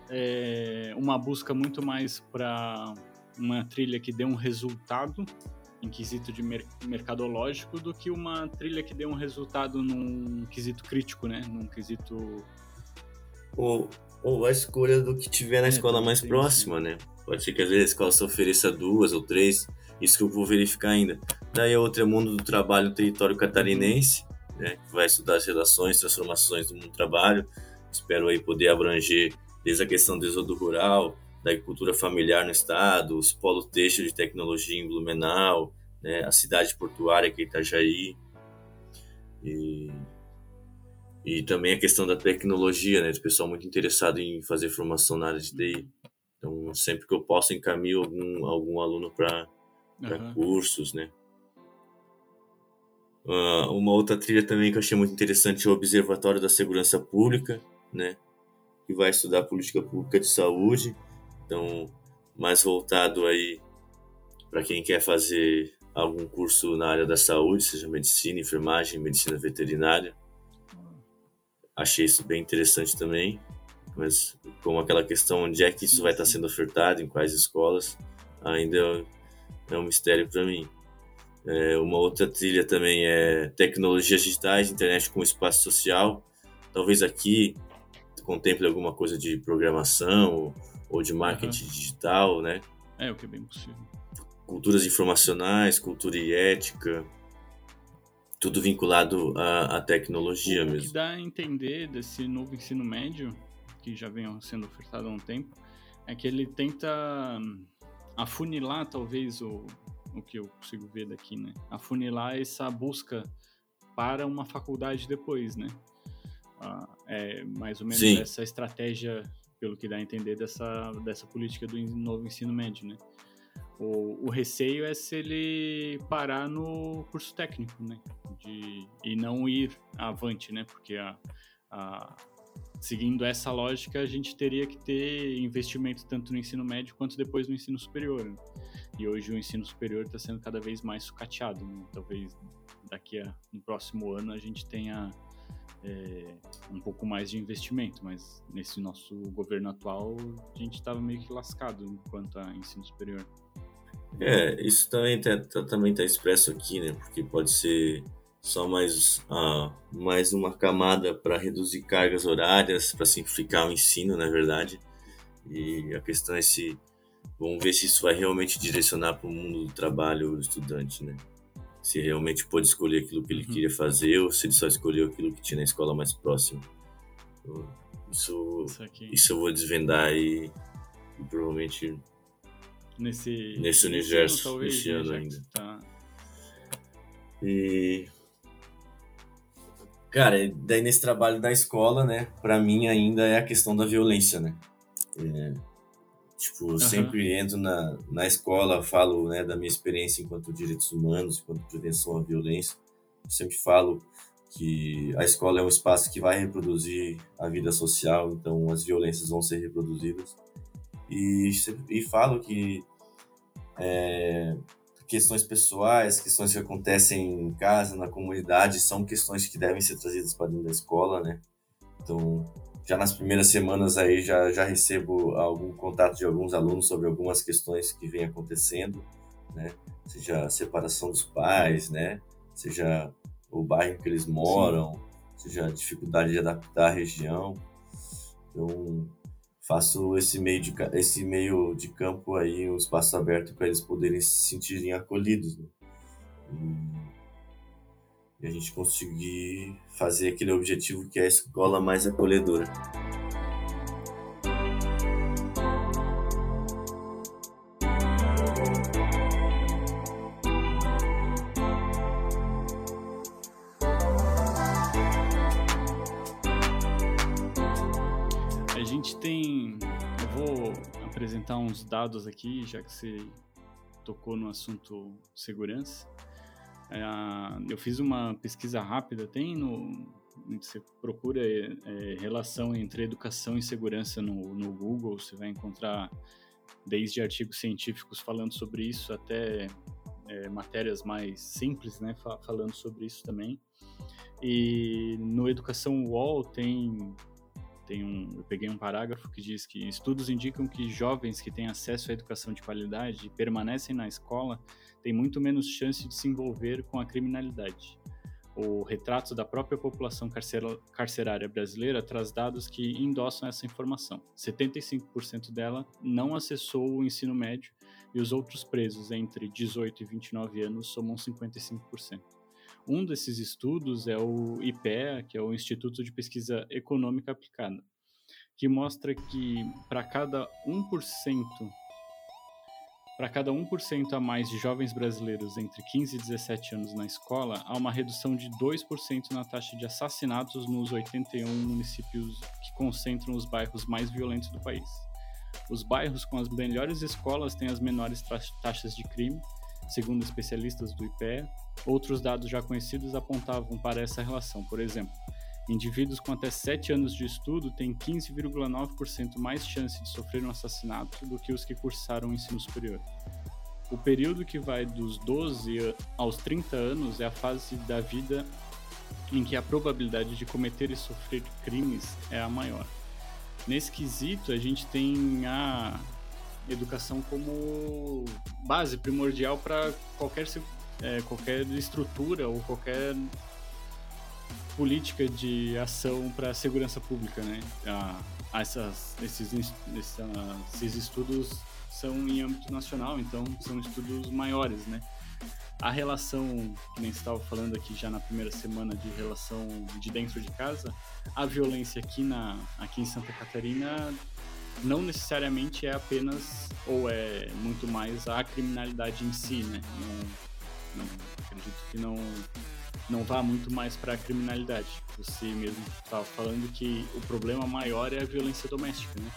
uma busca muito mais para uma trilha que dê um resultado em quesito de mercadológico do que uma trilha que dê um resultado num quesito crítico, né? Num quesito. ou, ou a escolha do que tiver na escola Também mais tem isso, né? próxima, né? Pode ser que às vezes a escola só ofereça 2 ou 3, isso que eu vou verificar ainda. Daí a outra é o mundo do trabalho no território Uhum. catarinense, né? Que vai estudar as relações, transformações do mundo do trabalho. Espero aí poder abranger desde a questão do êxodo rural, da agricultura familiar no estado, os polos têxtil de tecnologia em Blumenau, né? A cidade portuária que é Itajaí. E E também a questão da tecnologia, né? Do pessoal muito interessado em fazer formação na área de TI. Então, sempre que eu posso, encaminho algum aluno para Aham. cursos, né? Uma outra trilha também que eu achei muito interessante é o Observatório da Segurança Pública, né? Que vai estudar política pública de saúde. Então, mais voltado aí para quem quer fazer algum curso na área da saúde, seja medicina, enfermagem, medicina veterinária. Achei isso bem interessante também. Mas como aquela questão onde é que isso Sim, vai estar sim. sendo ofertado, em quais escolas, ainda é um mistério para mim. Uma outra trilha também é tecnologias digitais, internet com espaço social. Talvez aqui contemple alguma coisa de programação ou de Aham. marketing digital, né? É o que é bem possível. Culturas informacionais, cultura e ética, tudo vinculado à tecnologia O que mesmo. dá a entender desse novo ensino médio, que já vem sendo ofertado há um tempo, é que ele tenta afunilar, talvez, o que eu consigo ver daqui, né? Afunilar essa busca para uma faculdade depois, né? É mais ou menos Sim, essa estratégia, pelo que dá a entender, dessa política do novo ensino médio, né? O receio é se ele parar no curso técnico, né? E não ir avante, né? Porque a, seguindo essa lógica, a gente teria que ter investimento tanto no ensino médio quanto depois no ensino superior. Né? E hoje o ensino superior está sendo cada vez mais sucateado. Né? Talvez no próximo ano a gente tenha um pouco mais de investimento, mas nesse nosso governo atual a gente estava meio que lascado enquanto a ensino superior. isso também tá expresso aqui, né? Porque pode ser só mais uma camada para reduzir cargas horárias, para simplificar o ensino, na verdade. E a questão é se Vamos ver se isso vai realmente direcionar para o mundo do trabalho o estudante, né? Se realmente pode escolher aquilo que ele queria fazer ou se ele só escolheu aquilo que tinha na escola mais próxima. Então, isso eu vou desvendar e provavelmente nesse universo, talvez, nesse ano ainda. Tá. E, cara, daí nesse trabalho da escola, né, pra mim ainda é a questão da violência, né? Eu sempre entro na escola, falo, né, da minha experiência enquanto direitos humanos, enquanto prevenção à violência. Eu sempre falo que a escola é um espaço que vai reproduzir a vida social, então as violências vão ser reproduzidas. E falo que questões pessoais, questões que acontecem em casa, na comunidade, são questões que devem ser trazidas para dentro da escola, né? Então, já nas primeiras semanas aí já recebo algum contato de alguns alunos sobre algumas questões que vêm acontecendo, né? Seja a separação dos pais, né? Seja o bairro que eles moram, seja a dificuldade de adaptar a região. Então, faço esse meio de campo aí, um espaço aberto para eles poderem se sentirem acolhidos, né? E a gente conseguir fazer aquele objetivo que é a escola mais acolhedora. A gente tem... Eu vou apresentar uns dados aqui, já que você tocou no assunto segurança. Eu fiz uma pesquisa rápida, você procura relação entre educação e segurança no Google, você vai encontrar desde artigos científicos falando sobre isso até matérias mais simples, né, falando sobre isso também. E no Educação UOL eu peguei um parágrafo que diz que estudos indicam que jovens que têm acesso à educação de qualidade e permanecem na escola têm muito menos chance de se envolver com a criminalidade. O retrato da própria população carcerária brasileira traz dados que endossam essa informação. 75% dela não acessou o ensino médio e os outros presos entre 18 e 29 anos somam 55%. Um desses estudos é o IPEA, que é o Instituto de Pesquisa Econômica Aplicada, que mostra que para cada 1% a mais de jovens brasileiros entre 15 e 17 anos na escola, há uma redução de 2% na taxa de assassinatos nos 81 municípios que concentram os bairros mais violentos do país. Os bairros com as melhores escolas têm as menores taxas de crime, segundo especialistas do IPEA. Outros dados já conhecidos apontavam para essa relação. Por exemplo, indivíduos com até 7 anos de estudo têm 15,9% mais chance de sofrer um assassinato do que os que cursaram o ensino superior. O período que vai dos 12 aos 30 anos é a fase da vida em que a probabilidade de cometer e sofrer crimes é a maior. Nesse quesito, a gente tem a educação como base primordial para qualquer estrutura ou qualquer política de ação para a segurança pública, né? Esses estudos são em âmbito nacional, então são estudos maiores, né? A relação, que nem você estava falando aqui já na primeira semana, de relação de dentro de casa, a violência aqui em Santa Catarina não necessariamente é apenas, ou é muito mais a criminalidade em si, né? Não acredito que não vá muito mais para a criminalidade. Você mesmo estava falando que o problema maior é a violência doméstica, né?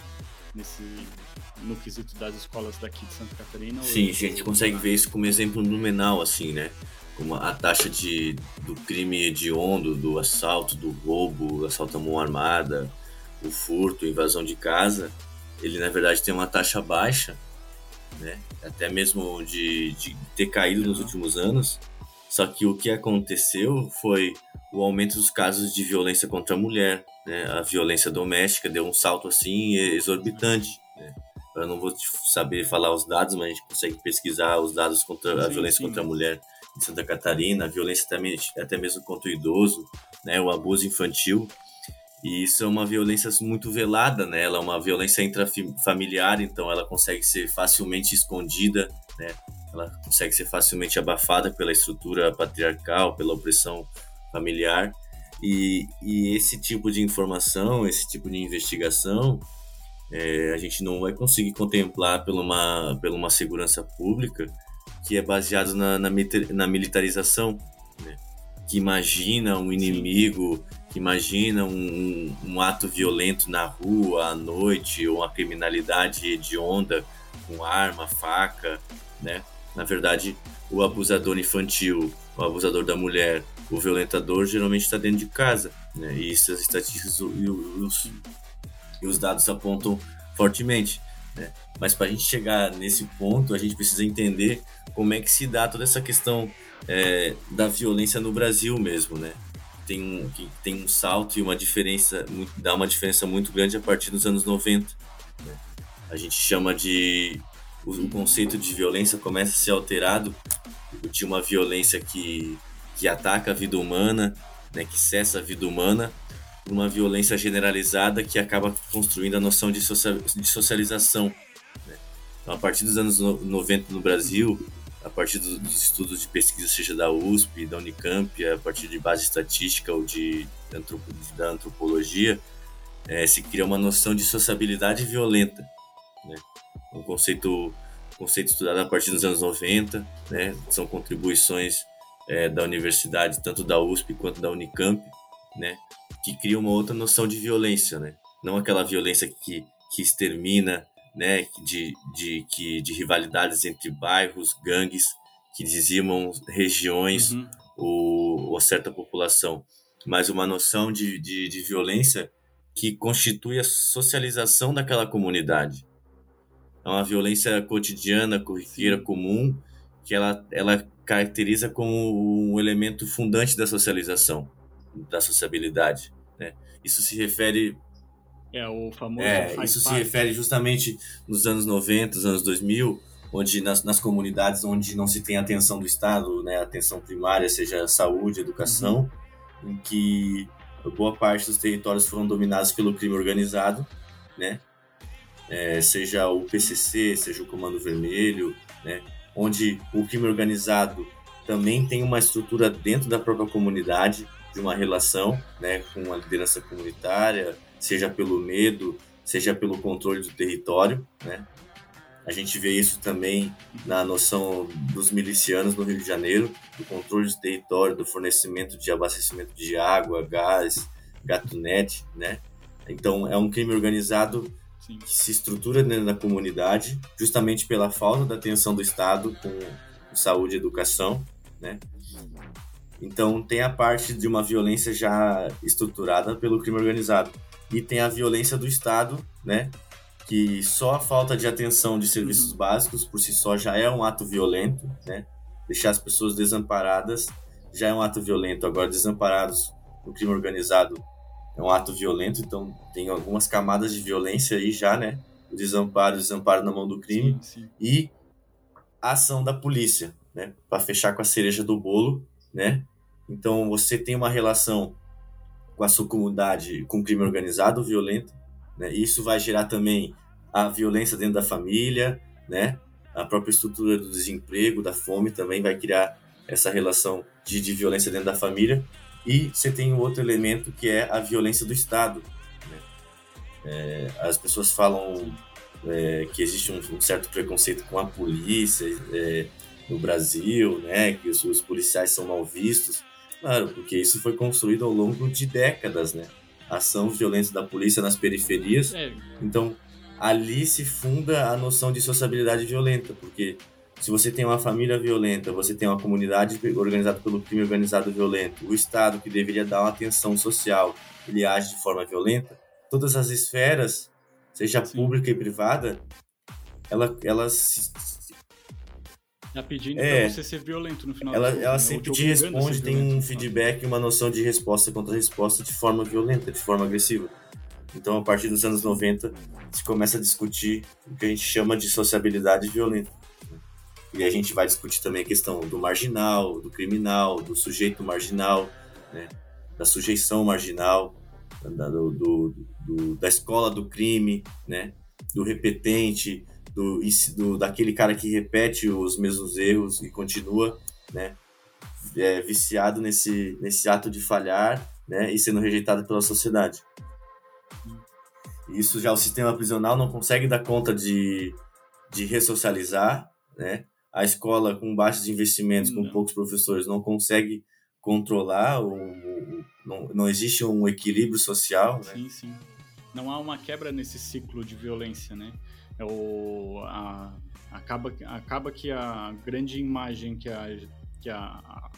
No quesito das escolas daqui de Santa Catarina. Sim, a gente consegue ver isso como exemplo nominal, assim, né? Como a taxa do crime hediondo, do assalto, do roubo, assalto à mão armada, o furto, a invasão de casa, ele na verdade tem uma taxa baixa, né? Até mesmo de ter caído nos últimos anos. Só que o que aconteceu foi o aumento dos casos de violência contra a mulher, né? A violência doméstica deu um salto assim exorbitante, né? Eu não vou saber falar os dados, mas a gente consegue pesquisar os dados contra a violência contra a mulher em Santa Catarina, a violência também, até mesmo contra o idoso, né? O abuso infantil. E isso é uma violência muito velada, né? Ela é uma violência intrafamiliar, então ela consegue ser facilmente escondida, né? Ela consegue ser facilmente abafada pela estrutura patriarcal, pela opressão familiar. E esse tipo de informação, esse tipo de investigação, a gente não vai conseguir contemplar pela uma segurança pública que é baseado na militarização, né? Que imagina um inimigo, que imagina um ato violento na rua, à noite, ou uma criminalidade hedionda com arma, faca, né? Na verdade, o abusador infantil, o abusador da mulher, o violentador geralmente está dentro de casa, né? E isso as estatísticas e os dados apontam fortemente, né? Mas para a gente chegar nesse ponto, a gente precisa entender como é que se dá toda essa questão da violência no Brasil mesmo, né? Tem um salto e dá uma diferença muito grande a partir dos anos 90. Né? A gente chama o conceito de violência começa a ser alterado de uma violência que ataca a vida humana, né? Que cessa a vida humana, uma violência generalizada que acaba construindo a noção de socialização. Né? Então, a partir dos anos 90 no Brasil, a partir dos estudos de pesquisa, seja da USP, da Unicamp, a partir de base estatística ou da antropologia, se cria uma noção de sociabilidade violenta. Né? Um conceito estudado a partir dos anos 90, né? São contribuições da universidade, tanto da USP quanto da Unicamp, né? Que cria uma outra noção de violência, né? Não aquela violência que extermina, né? De rivalidades entre bairros, gangues, que dizimam regiões ou certa população, mas uma noção de violência que constitui a socialização daquela comunidade. É uma violência cotidiana, corriqueira, comum, que ela caracteriza como um elemento fundante da socialização, da sociabilidade, né? Isso se refere... o famoso isso se refere justamente nos anos 90, nos anos 2000, onde nas comunidades onde não se tem atenção do Estado, né, atenção primária, seja saúde, educação, em que boa parte dos territórios foram dominados pelo crime organizado, né? Seja o PCC, seja o Comando Vermelho, né? Onde o crime organizado também tem uma estrutura dentro da própria comunidade, de uma relação, né, com a liderança comunitária, seja pelo medo, seja pelo controle do território, né? A gente vê isso também na noção dos milicianos no Rio de Janeiro, do controle do território, do fornecimento de abastecimento de água, gás, gatunete, né? Então, é um crime organizado que se estrutura dentro da comunidade, justamente pela falta da atenção do Estado com saúde e educação, né? Então, tem a parte de uma violência já estruturada pelo crime organizado. E tem a violência do Estado, né? Que só a falta de atenção de serviços básicos, por si só, já é um ato violento, né? Deixar as pessoas desamparadas já é um ato violento. Agora, desamparados no crime organizado é um ato violento, então tem algumas camadas de violência aí já, né? O desamparo na mão do crime. Sim. E a ação da polícia, né? Para fechar com a cereja do bolo, né? Então, você tem uma relação com a sua comunidade com crime organizado, violento, né? E isso vai gerar também a violência dentro da família, né? A própria estrutura do desemprego, da fome também vai criar essa relação de violência dentro da família. E você tem um outro elemento que é a violência do Estado, né? As pessoas falam que existe um certo preconceito com a polícia no Brasil, né? Que os policiais são mal vistos. Claro, porque isso foi construído ao longo de décadas, né? A ação violenta da polícia nas periferias. Então, ali se funda a noção de sociabilidade violenta, porque se você tem uma família violenta, você tem uma comunidade organizada pelo crime organizado violento, o Estado, que deveria dar uma atenção social, ele age de forma violenta, todas as esferas, seja pública e privada, elas tá pedindo pra você ser violento no final. Ela sempre te responde, tem um feedback, uma noção de resposta contra resposta de forma violenta, de forma agressiva. Então, a partir dos anos 90, se começa a discutir o que a gente chama de sociabilidade violenta. E a gente vai discutir também a questão do marginal, do criminal, do sujeito marginal, né? Da sujeição marginal. da escola do crime, né? Do repetente, daquele cara que repete os mesmos erros e continua, né? Viciado nesse ato de falhar, né? E sendo rejeitado pela sociedade. Isso já o sistema prisional não consegue dar conta de ressocializar, né? A escola com baixos investimentos, com poucos professores, não consegue controlar, não existe um equilíbrio social, né? Sim, sim. Não há uma quebra nesse ciclo de violência, né? Acaba que a grande imagem que a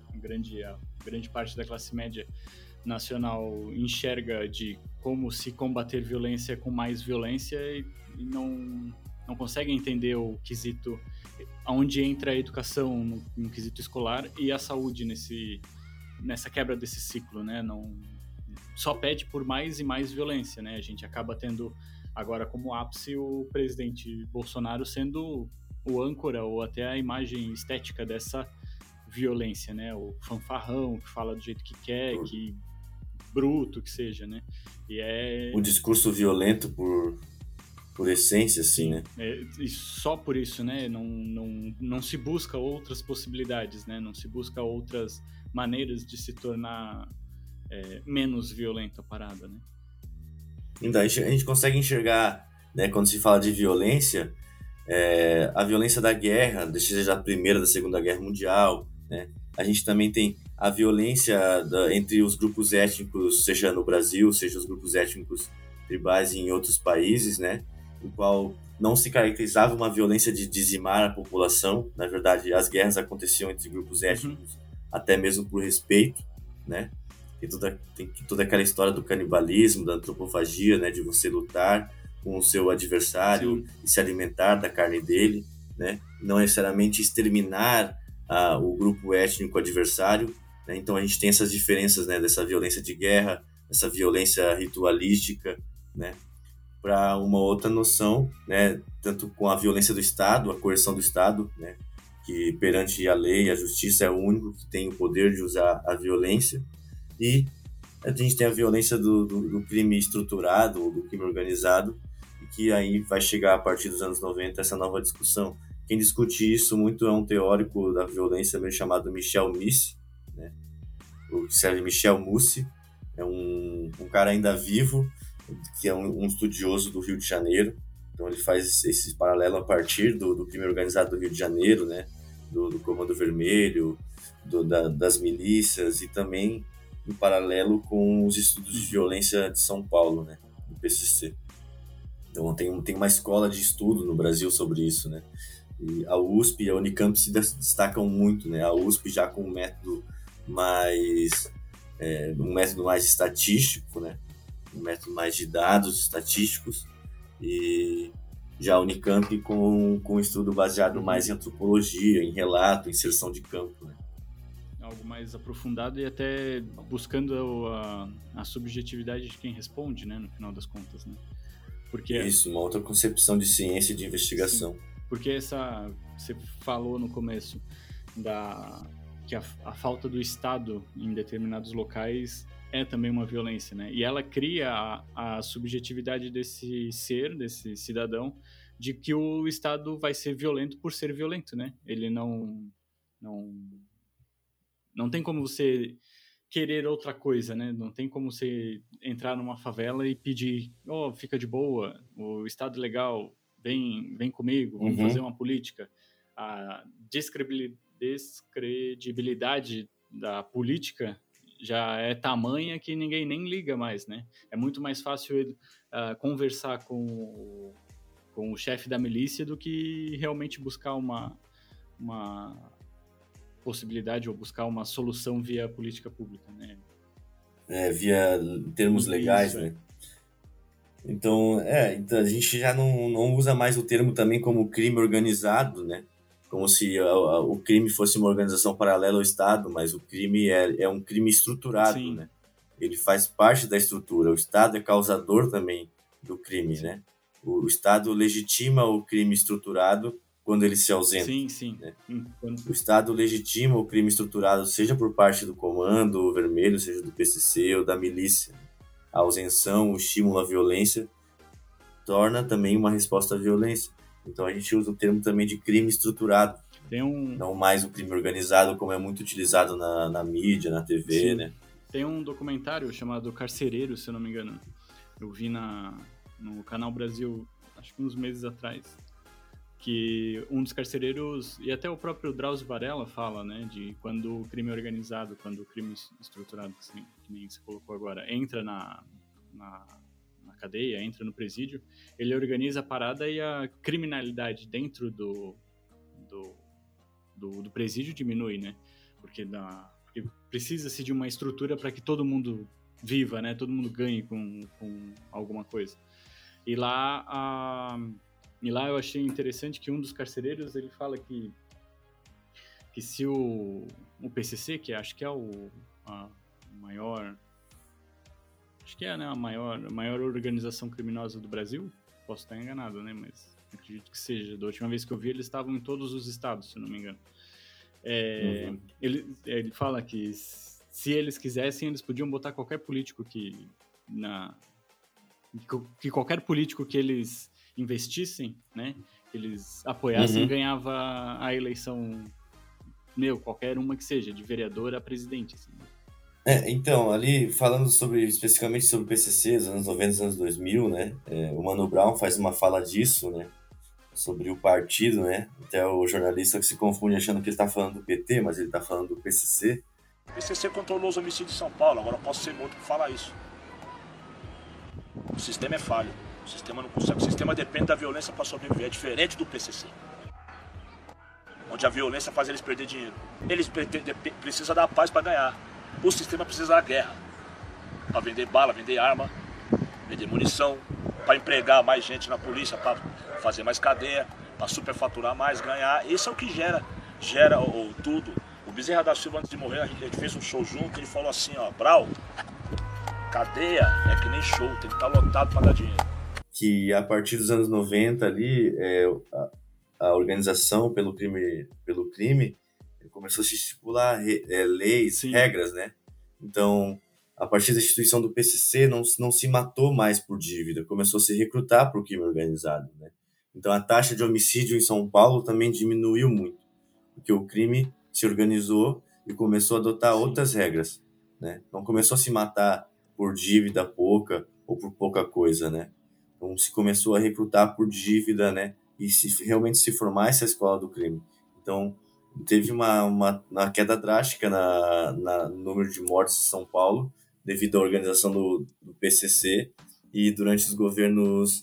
grande parte da classe média nacional enxerga de como se combater violência com mais violência e não consegue entender o quesito, onde entra a educação no quesito escolar e a saúde nessa quebra desse ciclo, né? Não só pede por mais e mais violência, né? A gente acaba tendo agora como ápice o presidente Bolsonaro sendo o âncora ou até a imagem estética dessa violência, né? O fanfarrão que fala do jeito que quer, que bruto que seja, né? O discurso violento por essência, assim, né? E só por isso, né? Não se busca outras possibilidades, né? Não se busca outras maneiras de se tornar menos violenta a parada, né? Então, a gente consegue enxergar, né, quando se fala de violência, a violência da guerra, seja da Primeira, da Segunda Guerra Mundial, né? A gente também tem a violência entre os grupos étnicos, seja no Brasil, seja os grupos étnicos tribais em outros países, né? Em qual não se caracterizava uma violência de dizimar a população. Na verdade, as guerras aconteciam entre grupos étnicos, até mesmo por respeito, né? Tem toda aquela história do canibalismo, da antropofagia, né? De você lutar com o seu adversário e se alimentar da carne dele, né? Não necessariamente exterminar o grupo étnico adversário, né? Então a gente tem essas diferenças, né? Dessa violência de guerra, essa violência ritualística, né? Para uma outra noção, né? Tanto com a violência do Estado, a coerção do Estado, né? Que perante a lei, a justiça é o único que tem o poder de usar a violência. E a gente tem a violência do crime estruturado, do crime organizado, e que aí vai chegar a partir dos anos 90 essa nova discussão. Quem discute isso muito é um teórico da violência meio chamado Michel Mussi, né? O serve Michel Mussi, é um cara ainda vivo, que é um estudioso do Rio de Janeiro. Então ele faz esse paralelo a partir do crime organizado do Rio de Janeiro, né? Do Comando Vermelho, das milícias, e também em paralelo com os estudos de violência de São Paulo, né? Do PCC. Então tem uma escola de estudo no Brasil sobre isso, né? E a USP e a Unicamp se destacam muito, né? A USP já com um método mais estatístico, né? Um método mais de dados estatísticos, e já a Unicamp com um estudo baseado mais em antropologia, em relato, inserção de campo, né? Algo mais aprofundado e até buscando a subjetividade de quem responde, né, no final das contas, né? Porque isso, uma outra concepção de ciência e de investigação. Sim, porque você falou no começo que a falta do Estado em determinados locais é também uma violência, né? E ela cria a subjetividade desse cidadão, de que o Estado vai ser violento por ser violento, né? Ele não tem como você querer outra coisa, né? Não tem como você entrar numa favela e pedir, fica de boa, o Estado é legal, vem comigo, vamos fazer uma política. A descredibilidade da política já é tamanha que ninguém nem liga mais, né? É muito mais fácil conversar com o chefe da milícia do que realmente buscar uma possibilidade ou buscar uma solução via política pública, né? Via termos legais, né? Então a gente já não usa mais o termo também como crime organizado, né? Como se o crime fosse uma organização paralela ao Estado, mas o crime é um crime estruturado, né? Ele faz parte da estrutura. O Estado é causador também do crime, né? O Estado legitima o crime estruturado quando ele se ausenta. Sim. Né? O Estado legitima o crime estruturado, seja por parte do Comando Vermelho, seja do PCC ou da milícia. a ausenção, o estímulo à violência, torna também uma resposta à violência. Então a gente usa o termo também de crime estruturado, não mais o crime organizado, como é muito utilizado na mídia, na TV, Sim. né? Tem um documentário chamado Carcereiro, se eu não me engano. Eu vi no Canal Brasil, acho que uns meses atrás, que um dos carcereiros, e até o próprio Drauzio Varela fala, né, de quando o crime organizado, quando o crime estruturado, que nem você colocou agora, entra na cadeia, entra no presídio, ele organiza a parada e a criminalidade dentro do presídio diminui, né? Porque precisa-se de uma estrutura para que todo mundo viva, né? Todo mundo ganhe com alguma coisa. E lá eu achei interessante que um dos carcereiros, ele fala que se o PCC, que acho que é a maior... Acho que é, né, a maior organização criminosa do Brasil. Posso estar enganado, né? Mas acredito que seja. Da última vez que eu vi, eles estavam em todos os estados, se não me engano. Ele fala que se eles quisessem, eles podiam botar qualquer político que qualquer político que eles investissem, né? Eles apoiassem, ganhava a eleição, qualquer uma que seja, de vereador a presidente, assim. Então, ali falando especificamente sobre o PCC, dos anos 90, dos anos 2000, né? O Mano Brown faz uma fala disso, né? Sobre o partido, né? Até o jornalista que se confunde achando que ele está falando do PT, mas ele está falando do PCC. O PCC controlou os homicídios de São Paulo, agora eu posso ser morto por falar isso. O sistema é falho, o sistema não consegue, o sistema depende da violência para sobreviver, é diferente do PCC. Onde a violência faz eles perder dinheiro. Eles precisam da paz para ganhar. O sistema precisa da guerra, para vender bala, vender arma, vender munição, para empregar mais gente na polícia, para fazer mais cadeia, para superfaturar mais, ganhar. Isso é o que gera tudo. O Bezerra da Silva, antes de morrer, a gente fez um show junto, ele falou assim, ó, Brau, cadeia é que nem show, tem que estar lotado para dar dinheiro. Que a partir dos anos 90 ali, a organização pelo crime começou a se estipular leis, Sim. regras, né? Então, a partir da instituição do PCC, não se matou mais por dívida, começou a se recrutar para o crime organizado, né? Então, a taxa de homicídio em São Paulo também diminuiu muito, porque o crime se organizou e começou a adotar outras regras, né? Não começou a se matar por dívida pouca ou por pouca coisa, né? Então, se começou a recrutar por dívida, né? E realmente se formar essa escola do crime. Então, teve uma queda drástica no número de mortes em São Paulo devido à organização do PCC, e durante os governos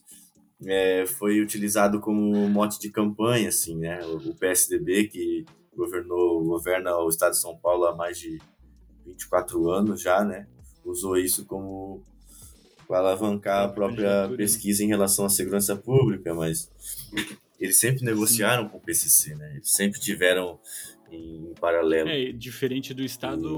foi utilizado como mote de campanha, assim, né? O PSDB, que governa o estado de São Paulo há mais de 24 anos já, né? Usou isso como para alavancar a própria pesquisa em relação à segurança pública, mas eles sempre negociaram com o PCC, né? Eles sempre tiveram em paralelo. Diferente do Estado,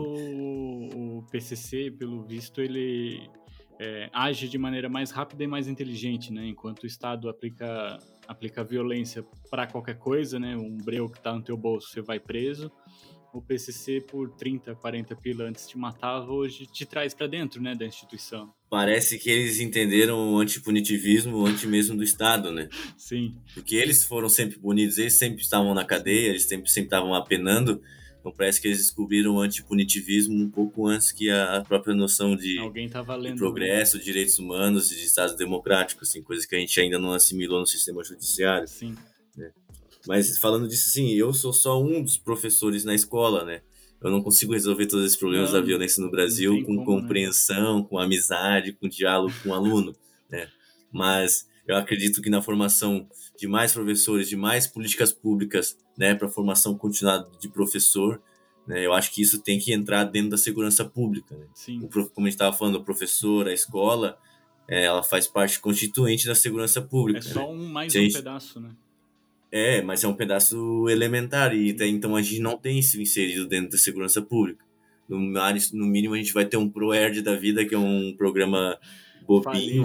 o PCC, pelo visto, ele age de maneira mais rápida e mais inteligente, né? Enquanto o Estado aplica violência para qualquer coisa, né? Um breu que tá no teu bolso, você vai preso. O PCC, por 30, 40 pila antes te matava, hoje te traz para dentro, né, da instituição. Parece que eles entenderam o antipunitivismo, o anti mesmo do Estado, né? Sim. Porque eles foram sempre punidos, eles sempre estavam na cadeia, eles sempre estavam apenando. Então parece que eles descobriram o antipunitivismo um pouco antes que a própria noção de progresso, de direitos humanos e de Estado democrático, assim, coisas que a gente ainda não assimilou no sistema judiciário. Sim. Né? Mas falando disso, assim, eu sou só um dos professores na escola, né? Eu não consigo resolver todos esses problemas da violência no Brasil com compreensão, né? Com amizade, com diálogo com o aluno, né? Mas eu acredito que na formação de mais professores, de mais políticas públicas, né, para a formação continuada de professor, né, eu acho que isso tem que entrar dentro da segurança pública, né? Sim. Como a gente estava falando, o professor, a escola, ela faz parte constituinte da segurança pública. É só né? um pedaço, né? Mas é um pedaço elementar, e então a gente não tem isso inserido dentro da segurança pública. No mínimo a gente vai ter um ProERD da vida, que é um programa bobinho,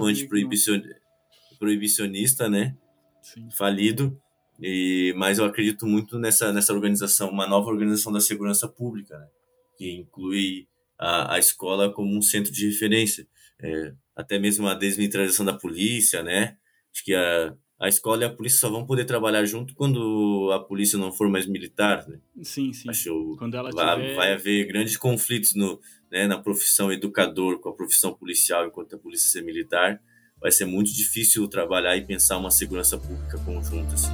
proibicionista, né? Sim. Falido, mas eu acredito muito nessa organização, uma nova organização da segurança pública, né? Que inclui a escola como um centro de referência. até mesmo a desmilitarização da polícia, né? Acho que a escola e a polícia só vão poder trabalhar junto quando a polícia não for mais militar, né? Sim, sim. Acho Quando ela que vai tiver. haver grandes conflitos né, na profissão educador com a profissão policial, enquanto a polícia ser militar. Vai ser muito difícil trabalhar e pensar uma segurança pública conjunta, assim.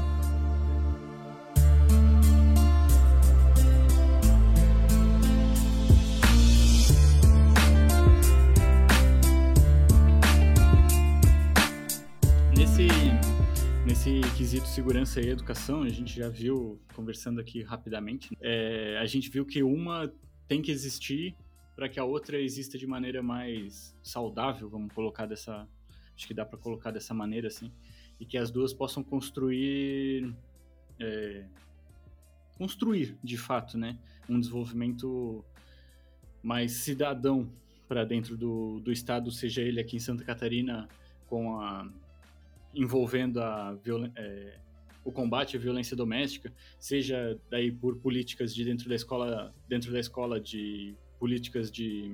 Nesse quesito segurança e educação, a gente já viu, conversando aqui rapidamente, a gente viu que uma tem que existir para que a outra exista de maneira mais saudável, vamos colocar acho que dá para colocar dessa maneira, assim, e que as duas possam construir, de fato, né, um desenvolvimento mais cidadão para dentro do estado, seja ele aqui em Santa Catarina envolvendo o combate à violência doméstica, seja daí por políticas de dentro da escola de políticas de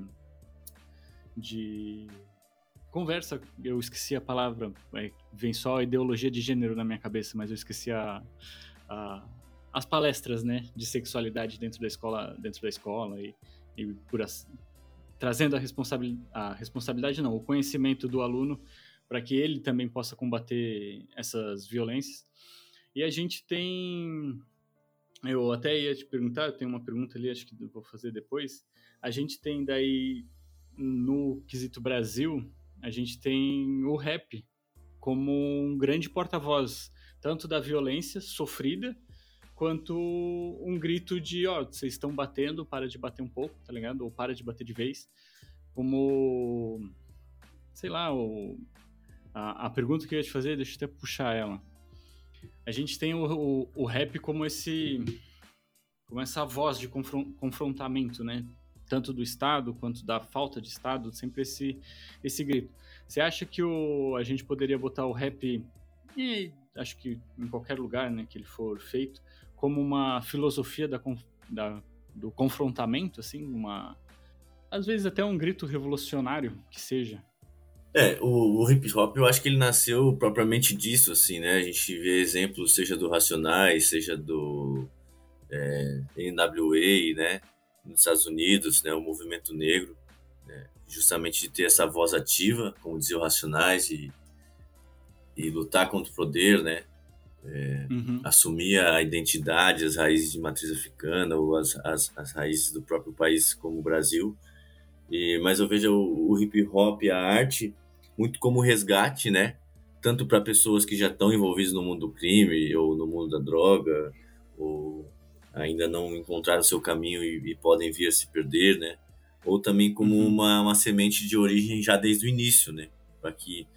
conversa, eu esqueci a palavra, vem só a ideologia de gênero na minha cabeça, mas eu esqueci as palestras, né, de sexualidade dentro da escola e trazendo a responsabilidade não, o conhecimento do aluno para que ele também possa combater essas violências. E a gente tem... Eu até ia te perguntar, eu tenho uma pergunta ali, acho que vou fazer depois. A gente tem daí, no quesito Brasil, a gente tem o rap como um grande porta-voz, tanto da violência sofrida, quanto um grito de, vocês estão batendo, para de bater um pouco, tá ligado? Ou para de bater de vez. Como, sei lá, a pergunta que eu ia te fazer, deixa eu até puxar ela. A gente tem o rap como essa voz de confrontamento, né? Tanto do Estado quanto da falta de Estado, sempre esse grito. Você acha que a gente poderia botar o rap, e acho que em qualquer lugar, né, que ele for feito, como uma filosofia do confrontamento, assim, às vezes até um grito revolucionário que seja? O hip hop, eu acho que ele nasceu propriamente disso, assim, né? A gente vê exemplos, seja do Racionais, seja do NWA, né? Nos Estados Unidos, né? O movimento negro, né? Justamente de ter essa voz ativa, como dizia o Racionais, e lutar contra o poder, né? Assumir a identidade, as raízes de matriz africana ou as raízes do próprio país como o Brasil. Mas eu vejo o hip hop, a arte, muito como resgate, né? Tanto para pessoas que já estão envolvidas no mundo do crime ou no mundo da droga, ou ainda não encontraram seu caminho e podem vir a se perder, né? Ou também como uma semente de origem já desde o início, né? Para que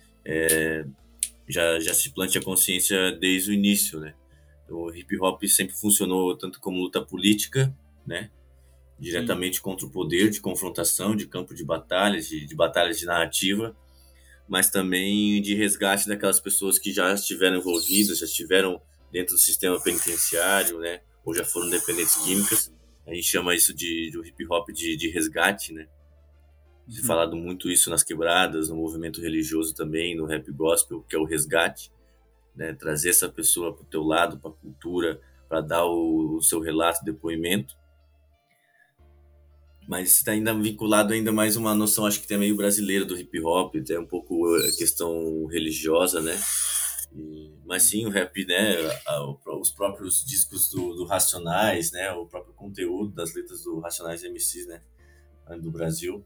já se plante a consciência desde o início, né? O hip hop sempre funcionou tanto como luta política, né? Diretamente Sim. contra o poder, de confrontação, de campo de batalhas, de batalhas de narrativa, mas também de resgate daquelas pessoas que já estiveram envolvidas, já estiveram dentro do sistema penitenciário, né? Ou já foram dependentes químicas. A gente chama isso do hip hop de resgate, né? Se falado muito isso nas quebradas, no movimento religioso também, no rap gospel, que é o resgate, né? Trazer essa pessoa para o teu lado, para a cultura, para dar o seu relato, depoimento. Mas está ainda vinculado ainda mais uma noção, acho que até meio brasileira do hip hop, até um pouco a questão religiosa, né? Mas sim, o rap, né? Os próprios discos do Racionais, né? O próprio conteúdo das letras do Racionais MCs, né? Do Brasil,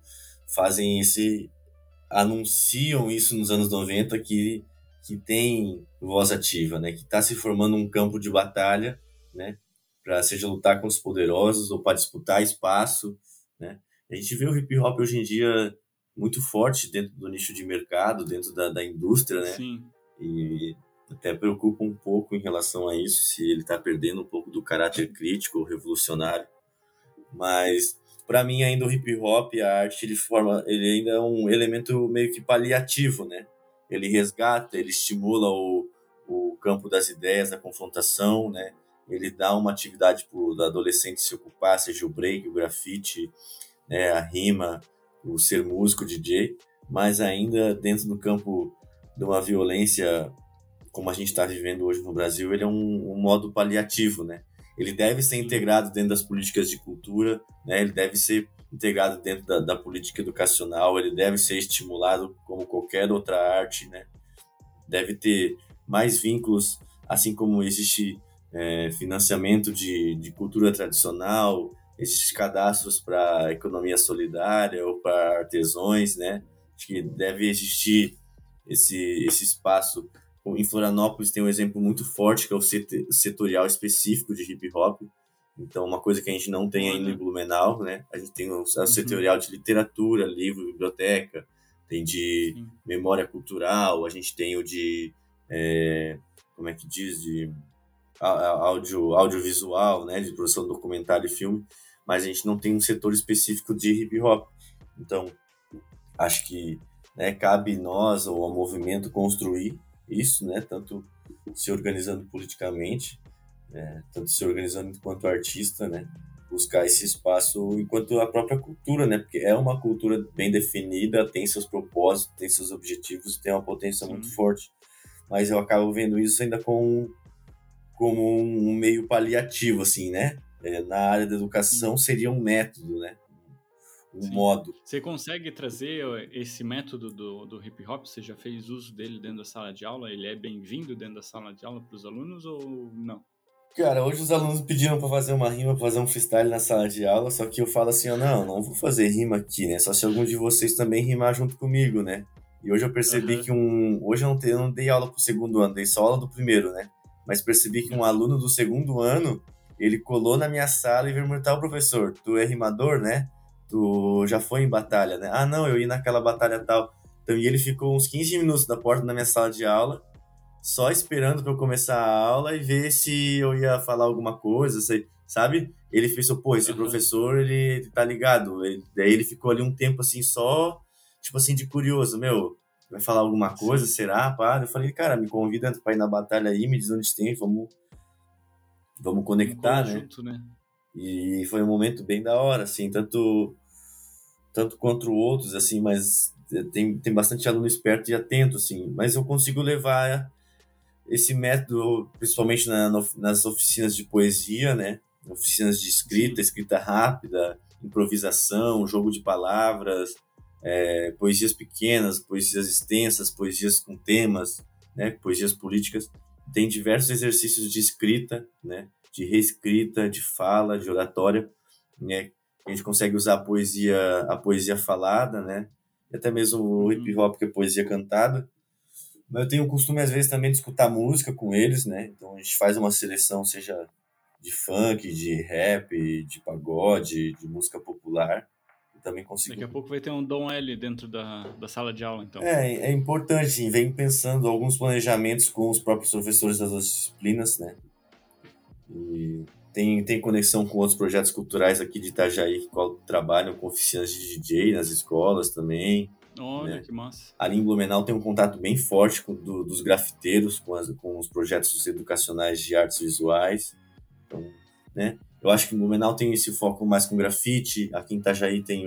anunciam isso nos anos 90 que tem voz ativa, né? Que está se formando um campo de batalha, né? Para seja lutar com os poderosos ou para disputar espaço, né? A gente vê o hip hop hoje em dia muito forte dentro do nicho de mercado, dentro da indústria, né? Sim. E até preocupa um pouco em relação a isso, se ele está perdendo um pouco do caráter crítico ou revolucionário. Mas para mim ainda o hip hop, a arte, ele ainda é um elemento meio que paliativo, né? Ele resgata, ele estimula o campo das ideias, da confrontação, né? Ele dá uma atividade para o adolescente se ocupar, seja o break, o grafite, né? A rima, o ser músico, DJ, mas ainda dentro do campo de uma violência como a gente está vivendo hoje no Brasil, ele é um modo paliativo, né? Ele deve ser integrado dentro das políticas de cultura, né? Ele deve ser integrado dentro da política educacional, ele deve ser estimulado como qualquer outra arte, né? Deve ter mais vínculos, assim como existe financiamento de cultura tradicional, existem cadastros para economia solidária ou para artesãos, né? Acho que deve existir esse espaço. Em Florianópolis tem um exemplo muito forte, que é o setorial específico de hip hop. Então, uma coisa que a gente não tem ainda em Blumenau, né? A gente tem o setorial de literatura, livro, biblioteca, tem de memória cultural, a gente tem o de, como é que diz, de audiovisual, né? De produção de documentário e filme, mas a gente não tem um setor específico de hip hop. Então, acho que, né, cabe nós, ou ao movimento, construir isso, né? Tanto se organizando politicamente, tanto se organizando enquanto artista, né? Buscar esse espaço enquanto a própria cultura, né? Porque é uma cultura bem definida, tem seus propósitos, tem seus objetivos, tem uma potência muito forte. Mas eu acabo vendo isso ainda como um meio paliativo, assim, né? Na área da educação seria um método, né? Modo. Você consegue trazer esse método do hip hop? Você já fez uso dele dentro da sala de aula? Ele é bem-vindo dentro da sala de aula para os alunos ou não? Cara, hoje os alunos pediram para fazer uma rima, para fazer um freestyle na sala de aula, só que eu falo assim, não vou fazer rima aqui, né? Só se algum de vocês também rimar junto comigo, né? E hoje eu percebi que hoje eu não dei aula pro segundo ano, dei só aula do primeiro, né? Mas percebi que um aluno do segundo ano, ele colou na minha sala e veio me perguntar: professor, tu é rimador, né? Tu já foi em batalha, né? Ah, não, eu ia naquela batalha tal. Então, e ele ficou uns 15 minutos na porta da minha sala de aula, só esperando para eu começar a aula e ver se eu ia falar alguma coisa, sabe? Ele pensou, pô, esse professor, ele tá ligado. Daí ele ficou ali um tempo assim, só, tipo assim, de curioso, vai falar alguma coisa, será? Pá? Eu falei, cara, me convida pra ir na batalha aí, me diz onde tem, vamos conectar, né? Junto, né? E foi um momento bem da hora, assim, tanto quanto outros, assim, mas tem bastante aluno esperto e atento, assim, mas eu consigo levar esse método, principalmente nas oficinas de poesia, né? Oficinas de escrita rápida, improvisação, jogo de palavras, poesias pequenas, poesias extensas, poesias com temas, né? Poesias políticas. Tem diversos exercícios de escrita, né? De reescrita, de fala, de oratória, né? A gente consegue usar a poesia falada, né? E até mesmo o hip hop, que é poesia cantada. Mas eu tenho o costume, às vezes, também de escutar música com eles, né? Então a gente faz uma seleção, seja de funk, de rap, de pagode, de música popular. Eu também consigo... Daqui a pouco vai ter um Dom L dentro da sala de aula, então. É importante, vem pensando alguns planejamentos com os próprios professores das disciplinas, né? E tem conexão com outros projetos culturais aqui de Itajaí, que trabalham com oficinas de DJ nas escolas também. Olha, né? Que massa. Ali em Blumenau tem um contato bem forte dos grafiteiros, com os projetos educacionais de artes visuais. Então, né? Eu acho que em Blumenau tem esse foco mais com grafite. Aqui em Itajaí tem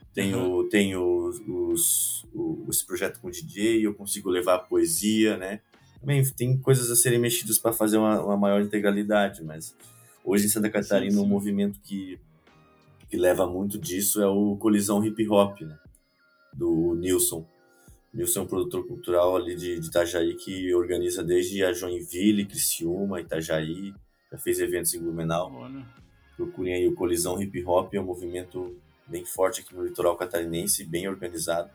esse projeto com DJ, eu consigo levar a poesia, né? Também tem coisas a serem mexidas para fazer uma maior integralidade, mas hoje em Santa Catarina um movimento que leva muito disso é o Colisão Hip Hop, né? Do Nilson. Nilson é um produtor cultural ali de Itajaí que organiza desde a Joinville, Criciúma, Itajaí, já fez eventos em Blumenau. Olha. Procurem aí o Colisão Hip Hop, é um movimento bem forte aqui no litoral catarinense, bem organizado.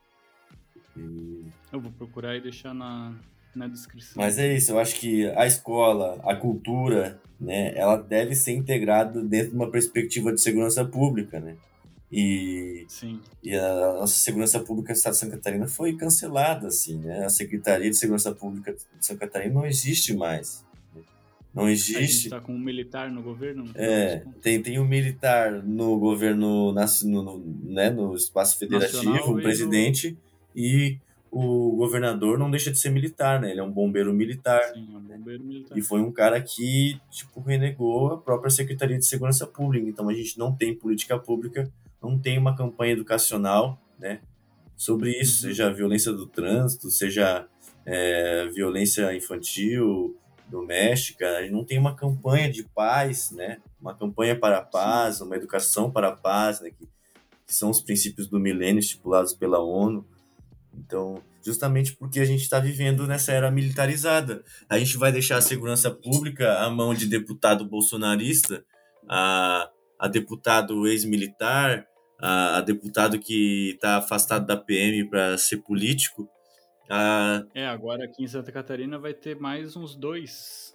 Eu vou procurar e deixar na descrição. Mas é isso, eu acho que a escola, a cultura, né, ela deve ser integrada dentro de uma perspectiva de segurança pública, né? E a nossa segurança pública do Estado de Santa Catarina foi cancelada, assim, né? A Secretaria de Segurança Pública de Santa Catarina não existe mais. Não existe. A gente está com um militar no governo? Tem um militar no governo, no espaço federativo, nacional, um presidente, e o governador não deixa de ser militar, né? Ele é um bombeiro militar. Sim, é um bombeiro militar. E foi um cara que, renegou a própria Secretaria de Segurança Pública. Então, a gente não tem política pública, não tem uma campanha educacional, né? sobre isso, seja violência do trânsito, seja violência infantil, doméstica. A gente não tem uma campanha de paz, né? Uma campanha para a paz, uma educação para a paz, né? Que são os princípios do milênio estipulados pela ONU. Então, justamente porque a gente está vivendo nessa era militarizada. A gente vai deixar a segurança pública à mão de deputado bolsonarista, a deputado ex-militar, a deputado que está afastado da PM para ser político. Agora aqui em Santa Catarina vai ter mais uns 2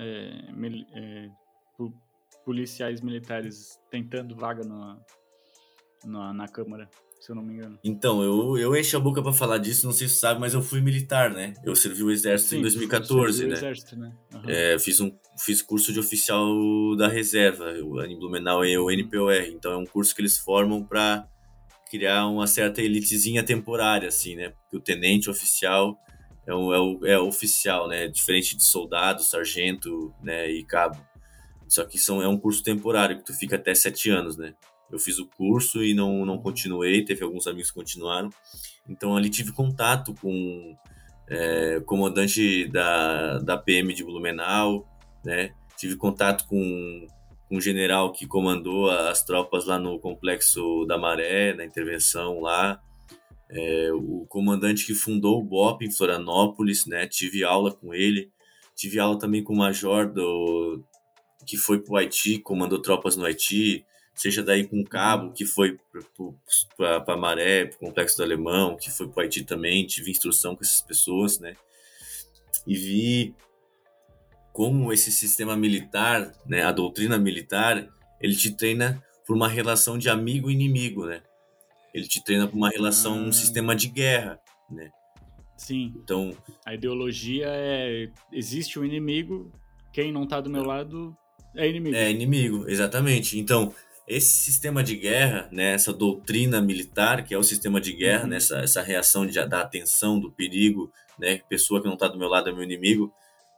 policiais militares tentando vaga na Câmara, se eu não me engano. Então, eu encho a boca pra falar disso, não sei se você sabe, mas eu fui militar, né? Eu servi o exército em 2014, né? Exército, né? Uhum. Fiz curso de oficial da reserva, em Blumenau é o NPOR, então é um curso que eles formam pra criar uma certa elitezinha temporária, assim, né? Porque o tenente oficial é o oficial, né? Diferente de soldado, sargento, né? E cabo. Só que é um curso temporário, que tu fica até 7 anos, né? Eu fiz o curso e não continuei, teve alguns amigos que continuaram. Então, ali tive contato com comandante da PM de Blumenau, né? Tive contato com um general que comandou as tropas lá no Complexo da Maré, na intervenção lá. O comandante que fundou o BOP em Florianópolis, né? Tive aula com ele. Tive aula também com o major que foi para o Haiti, comandou tropas no Haiti, seja daí com o cabo, que foi para Maré, para o Complexo do Alemão, que foi para o Haiti também, tive instrução com essas pessoas, né? E vi como esse sistema militar, né, a doutrina militar, ele te treina por uma relação de amigo e inimigo, né? Ele te treina por uma relação, um sistema de guerra, né? Sim. Então, a ideologia existe um inimigo, quem não tá do meu lado é inimigo. É inimigo, exatamente. Então, esse sistema de guerra, né, essa doutrina militar, que é o sistema de guerra, né, essa reação da atenção, do perigo, né, pessoa que não está do meu lado é meu inimigo,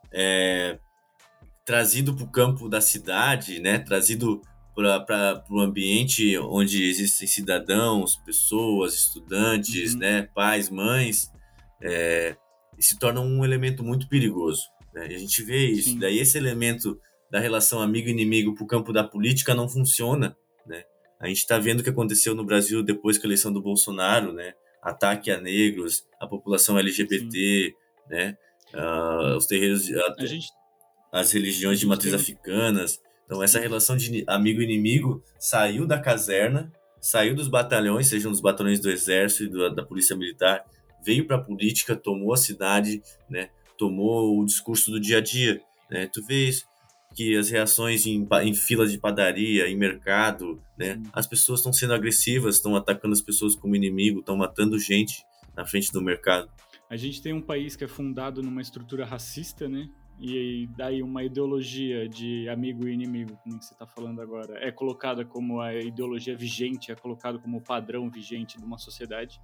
trazido para o campo da cidade, né, trazido para o ambiente onde existem cidadãos, pessoas, estudantes, né, pais, mães, se torna um elemento muito perigoso, né? E a gente vê isso. Sim. Daí esse elemento da relação amigo-inimigo para o campo da política não funciona, né? A gente está vendo o que aconteceu no Brasil depois da eleição do Bolsonaro, né? Ataque a negros, a população LGBT, sim, né? Os terreiros, as religiões de matriz africanas. Então essa relação de amigo-inimigo saiu da caserna, saiu dos batalhões, sejam dos batalhões do exército e da polícia militar, veio para a política, tomou a cidade, né? Tomou o discurso do dia a dia, né? Tu vê isso, que as reações em fila de padaria, em mercado, né? As pessoas estão sendo agressivas, estão atacando as pessoas como inimigo, estão matando gente na frente do mercado. A gente tem um país que é fundado numa estrutura racista, né? E daí uma ideologia de amigo e inimigo, como você está falando agora, é colocada como a ideologia vigente, é colocado como o padrão vigente de uma sociedade.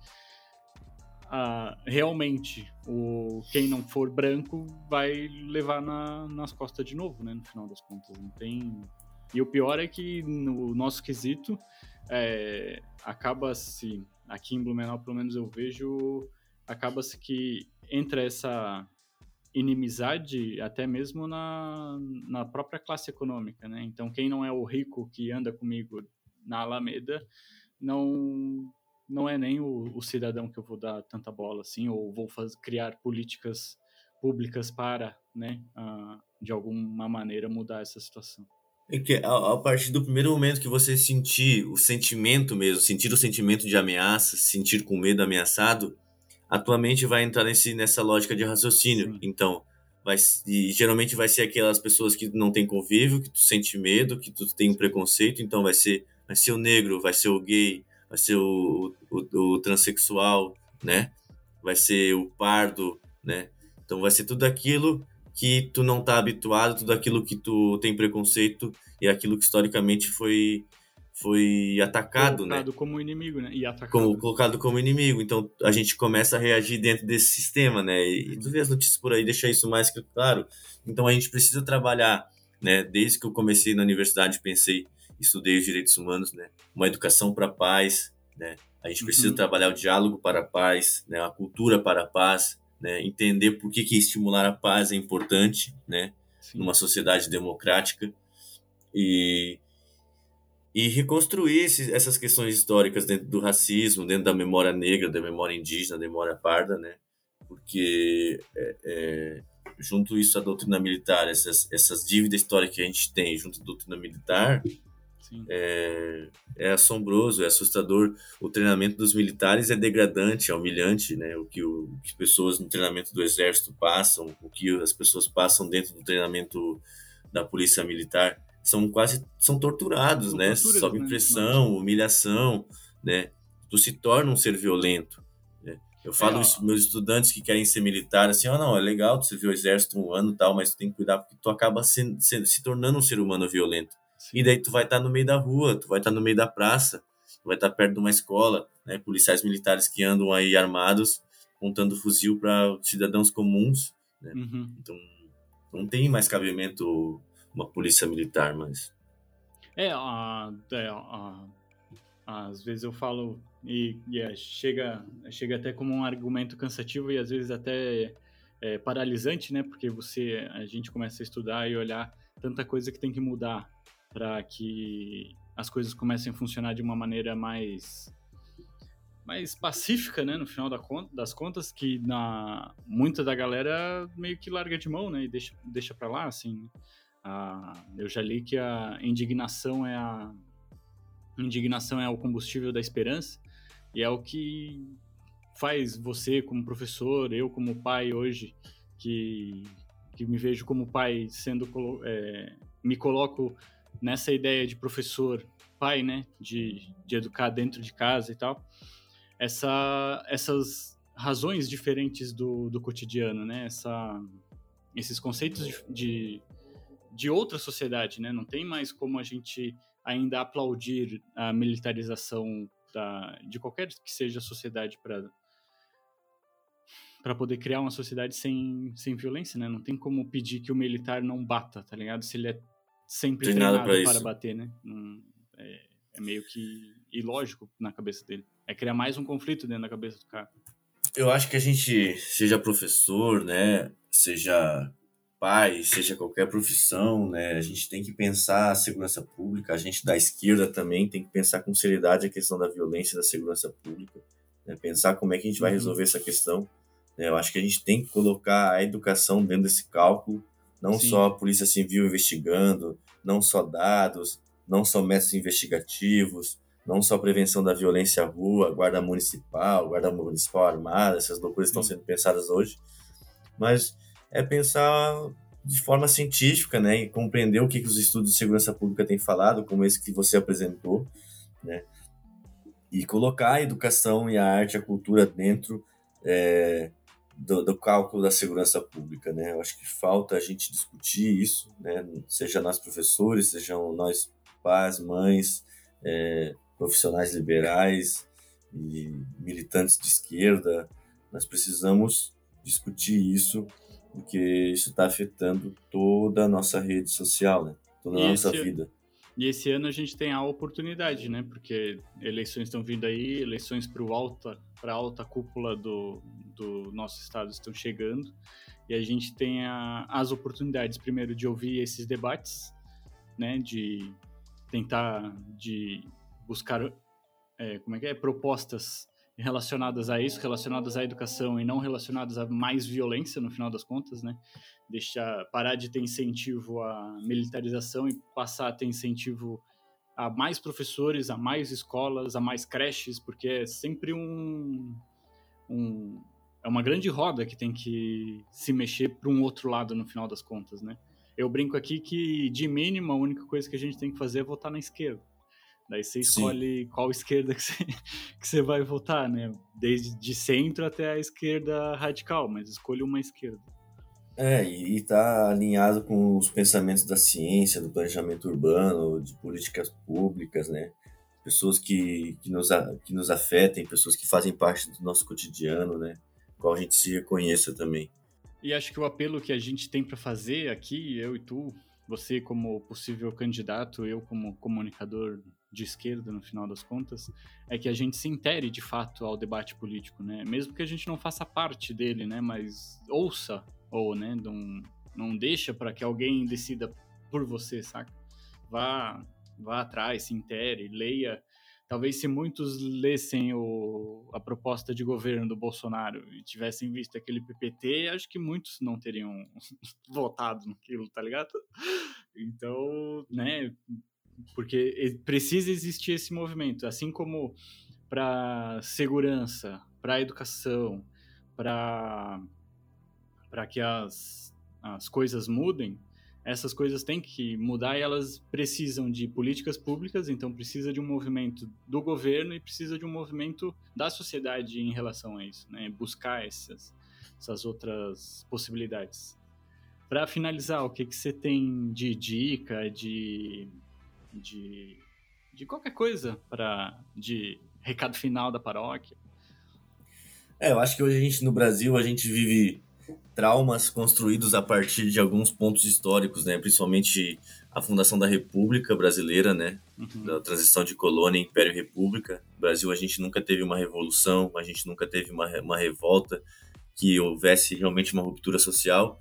Realmente, quem não for branco vai levar nas costas de novo, né? No final das contas, não tem... E o pior é que no nosso quesito, acaba-se, aqui em Blumenau pelo menos eu vejo, acaba-se que entra essa inimizade até mesmo na própria classe econômica, né? Então quem não é o rico que anda comigo na Alameda não é nem o cidadão que eu vou dar tanta bola assim, ou vou criar políticas públicas para, né, de alguma maneira mudar essa situação. É que a partir do primeiro momento que você sentir o sentimento mesmo, sentir o sentimento de ameaça, sentir com medo ameaçado, a tua mente vai entrar nessa lógica de raciocínio. Sim. Então, e geralmente vai ser aquelas pessoas que não têm convívio, que tu sente medo, que tu tem um preconceito, então vai ser o negro, vai ser o gay, vai ser o transexual, né? Vai ser o pardo, né? Então vai ser tudo aquilo que tu não tá habituado, tudo aquilo que tu tem preconceito e aquilo que historicamente foi atacado, colocado, né? Colocado como inimigo, né? E atacado. Colocado como inimigo. Então a gente começa a reagir dentro desse sistema, né? E tu vê as notícias por aí, deixa isso mais claro. Então a gente precisa trabalhar, né? Desde que eu comecei na universidade, estudei os direitos humanos, né? Uma educação para a paz, né? A gente precisa trabalhar o diálogo para a paz, né? A cultura para a paz, né? Entender por que estimular a paz é importante, né? Sim. Numa sociedade democrática e reconstruir essas questões históricas dentro do racismo, dentro da memória negra, da memória indígena, da memória parda, né? Porque junto isso à doutrina militar, essas dívidas históricas que a gente tem junto à doutrina militar, Sim. é assombroso, é assustador. O treinamento dos militares é degradante, é humilhante, né? O que as pessoas no treinamento do exército passam, o que as pessoas passam dentro do treinamento da polícia militar, são torturados, São né? torturas, Sob né, no final das pressão, humilhação, né? Tu se torna um ser violento, né? Eu falo isso ó, para meus estudantes que querem ser militar, assim, não, é legal tu servir o exército 1 ano e tal, mas tu tem que cuidar porque tu acaba se tornando um ser humano violento. E sim. daí tu vai estar no meio da rua, tu vai estar no meio da praça, tu vai estar perto de uma escola, né? Policiais militares que andam aí armados, montando fuzil para cidadãos comuns, né? Uhum. Então, não tem mais cabimento uma polícia militar, mas... Às vezes eu falo chega até como um argumento cansativo e às vezes até paralisante, né? Porque a gente começa a estudar e olhar tanta coisa que tem que mudar para que as coisas comecem a funcionar de uma maneira mais pacífica, né? No final das contas, que muita da galera meio que larga de mão, né? E deixa para lá, assim. Eu já li que a indignação é o combustível da esperança e é o que faz você como professor, eu como pai hoje, que me vejo como pai me coloco nessa ideia de professor, pai, né, de educar dentro de casa e tal, essas razões diferentes do cotidiano, né, esses conceitos de outra sociedade, né, não tem mais como a gente ainda aplaudir a militarização de qualquer que seja a sociedade para poder criar uma sociedade sem violência, né? Não tem como pedir que o militar não bata, tá ligado? Se ele é sempre Treinado treinado para para isso. bater, né? É meio que ilógico na cabeça dele. É criar mais um conflito dentro da cabeça do cara. Eu acho que a gente, seja professor, né, seja pai, seja qualquer profissão, né, a gente tem que pensar a segurança pública, a gente da esquerda também tem que pensar com seriedade a questão da violência e da segurança pública, né, pensar como é que a gente vai resolver essa questão. Né, eu acho que a gente tem que colocar a educação dentro desse cálculo, não Sim. só a Polícia Civil investigando, não só dados, não só métodos investigativos, não só prevenção da violência à rua, guarda municipal armada, essas loucuras estão sendo pensadas hoje, mas é pensar de forma científica, né, e compreender o que os estudos de segurança pública têm falado, como esse que você apresentou, né, e colocar a educação e a arte, a cultura dentro do cálculo da segurança pública, né. Eu acho que falta a gente discutir isso, né, seja nós professores, sejam nós pais, mães, profissionais liberais e militantes de esquerda, nós precisamos discutir isso, porque isso está afetando toda a nossa rede social, né? Toda a nossa vida. E esse ano a gente tem a oportunidade, né? Porque eleições estão vindo aí, eleições para a alta cúpula do nosso estado estão chegando, e a gente tem as oportunidades, primeiro, de ouvir esses debates, né? De tentar buscar propostas relacionadas a isso, relacionadas à educação e não relacionadas a mais violência, no final das contas, né? Parar de ter incentivo à militarização e passar a ter incentivo a mais professores, a mais escolas, a mais creches, porque é sempre é uma grande roda que tem que se mexer para um outro lado, no final das contas, né? Eu brinco aqui que, de mínimo, a única coisa que a gente tem que fazer é votar na esquerda. Daí você escolhe qual esquerda que você vai votar, né? Desde de centro até a esquerda radical, mas escolha uma esquerda. E tá alinhado com os pensamentos da ciência, do planejamento urbano, de políticas públicas, né? Pessoas que nos afetem, pessoas que fazem parte do nosso cotidiano, né? Qual a gente se reconheça também. E acho que o apelo que a gente tem para fazer aqui, eu e tu, você como possível candidato, eu como comunicador de esquerda, no final das contas, é que a gente se intere de fato ao debate político, né? Mesmo que a gente não faça parte dele, né? Mas ouça, ou, né? Não deixa para que alguém decida por você, saca? Vá atrás, se intere, leia. Talvez se muitos lessem a proposta de governo do Bolsonaro e tivessem visto aquele PPT, acho que muitos não teriam votado naquilo, tá ligado? Então, né? Porque precisa existir esse movimento, assim como para segurança, para educação, para que as coisas mudem, essas coisas têm que mudar e elas precisam de políticas públicas, então precisa de um movimento do governo e precisa de um movimento da sociedade em relação a isso, né? Buscar essas outras possibilidades. Para finalizar, o que você tem de dica, de qualquer coisa, de recado final da paróquia? Eu acho que hoje no Brasil, a gente vive traumas construídos a partir de alguns pontos históricos, né? Principalmente a fundação da República Brasileira, né? Da transição de colônia, Império e República. No Brasil, a gente nunca teve uma revolução, a gente nunca teve uma revolta, que houvesse realmente uma ruptura social.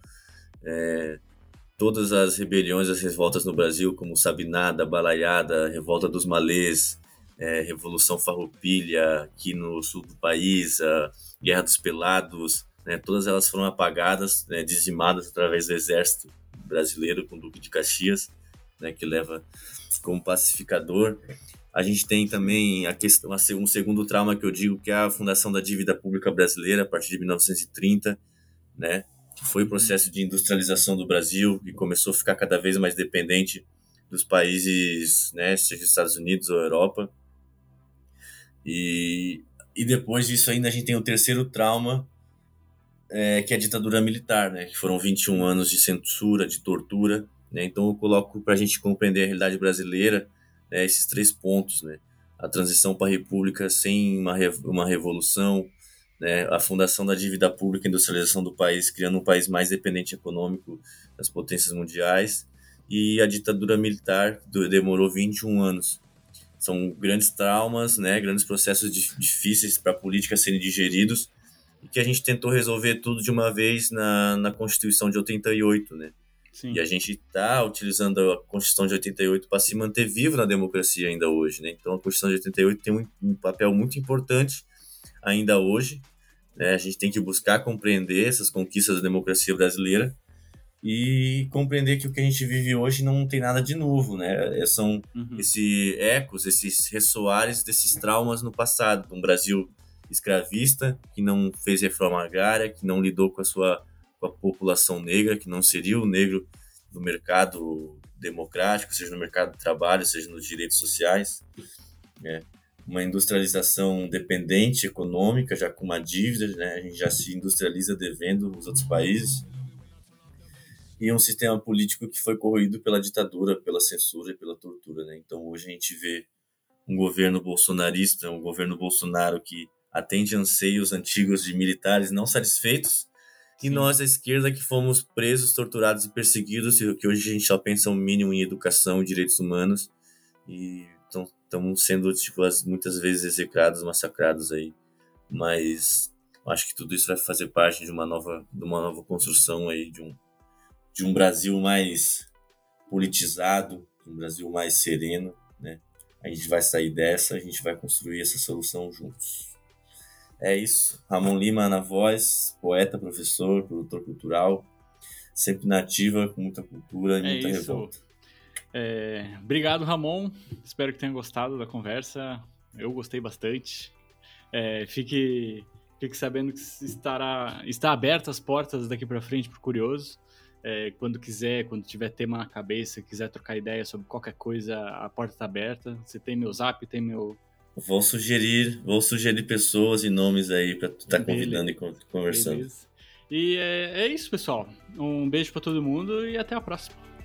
Todas as rebeliões, as revoltas no Brasil, como Sabinada, Balaiada, Revolta dos Malês, Revolução Farroupilha aqui no sul do país, a Guerra dos Pelados, né, todas elas foram apagadas, né, dizimadas através do exército brasileiro com o Duque de Caxias, né, que leva como pacificador. A gente tem também um segundo trauma que eu digo, que é a fundação da dívida pública brasileira a partir de 1930, né, que foi o processo de industrialização do Brasil, que começou a ficar cada vez mais dependente dos países, né, seja Estados Unidos ou Europa. E depois disso ainda a gente tem o terceiro trauma, que é a ditadura militar, né, que foram 21 anos de censura, de tortura, né. Então eu coloco para a gente compreender a realidade brasileira, né, esses 3 pontos, né, a transição para a república sem uma revolução, né, a fundação da dívida pública, a industrialização do país, criando um país mais dependente econômico das potências mundiais, e a ditadura militar demorou 21 anos. São grandes traumas, né, grandes processos difíceis para a política serem digeridos, e que a gente tentou resolver tudo de uma vez na Constituição de 88, né? Sim. E a gente está utilizando a Constituição de 88 para se manter vivo na democracia ainda hoje, né? Então a Constituição de 88 tem um papel muito importante ainda hoje, né? A gente tem que buscar compreender essas conquistas da democracia brasileira e compreender que o que a gente vive hoje não tem nada de novo, né? São esses ecos, esses ressoares desses traumas no passado, de um Brasil escravista, que não fez reforma agrária, que não lidou com a população negra, que não seria o negro no mercado democrático, seja no mercado de trabalho, seja nos direitos sociais, né? Uma industrialização dependente econômica, já com uma dívida, né? A gente já se industrializa devendo os outros países, e um sistema político que foi corroído pela ditadura, pela censura e pela tortura, né? Então hoje a gente vê um governo bolsonarista, um governo Bolsonaro que atende anseios antigos de militares não satisfeitos, e nós, a esquerda, que fomos presos, torturados e perseguidos, e que hoje a gente só pensa o mínimo em educação e direitos humanos, e estamos sendo, muitas vezes execrados, massacrados aí. Mas acho que tudo isso vai fazer parte de uma nova construção aí, de um Brasil mais politizado, de um Brasil mais sereno, né? A gente vai sair dessa, a gente vai construir essa solução juntos. É isso. Ramon Lima na voz, poeta, professor, produtor cultural, sempre na ativa, com muita cultura e muita revolta. Obrigado, Ramon. Espero que tenha gostado da conversa. Eu gostei bastante. Fique sabendo que está aberto as portas daqui para frente para o curioso. Quando tiver tema na cabeça, quiser trocar ideia sobre qualquer coisa, a porta está aberta. Você tem meu zap, tem meu... Vou sugerir pessoas e nomes aí para tu estar convidando e conversando. Beleza. E é isso, pessoal. Um beijo para todo mundo e até a próxima.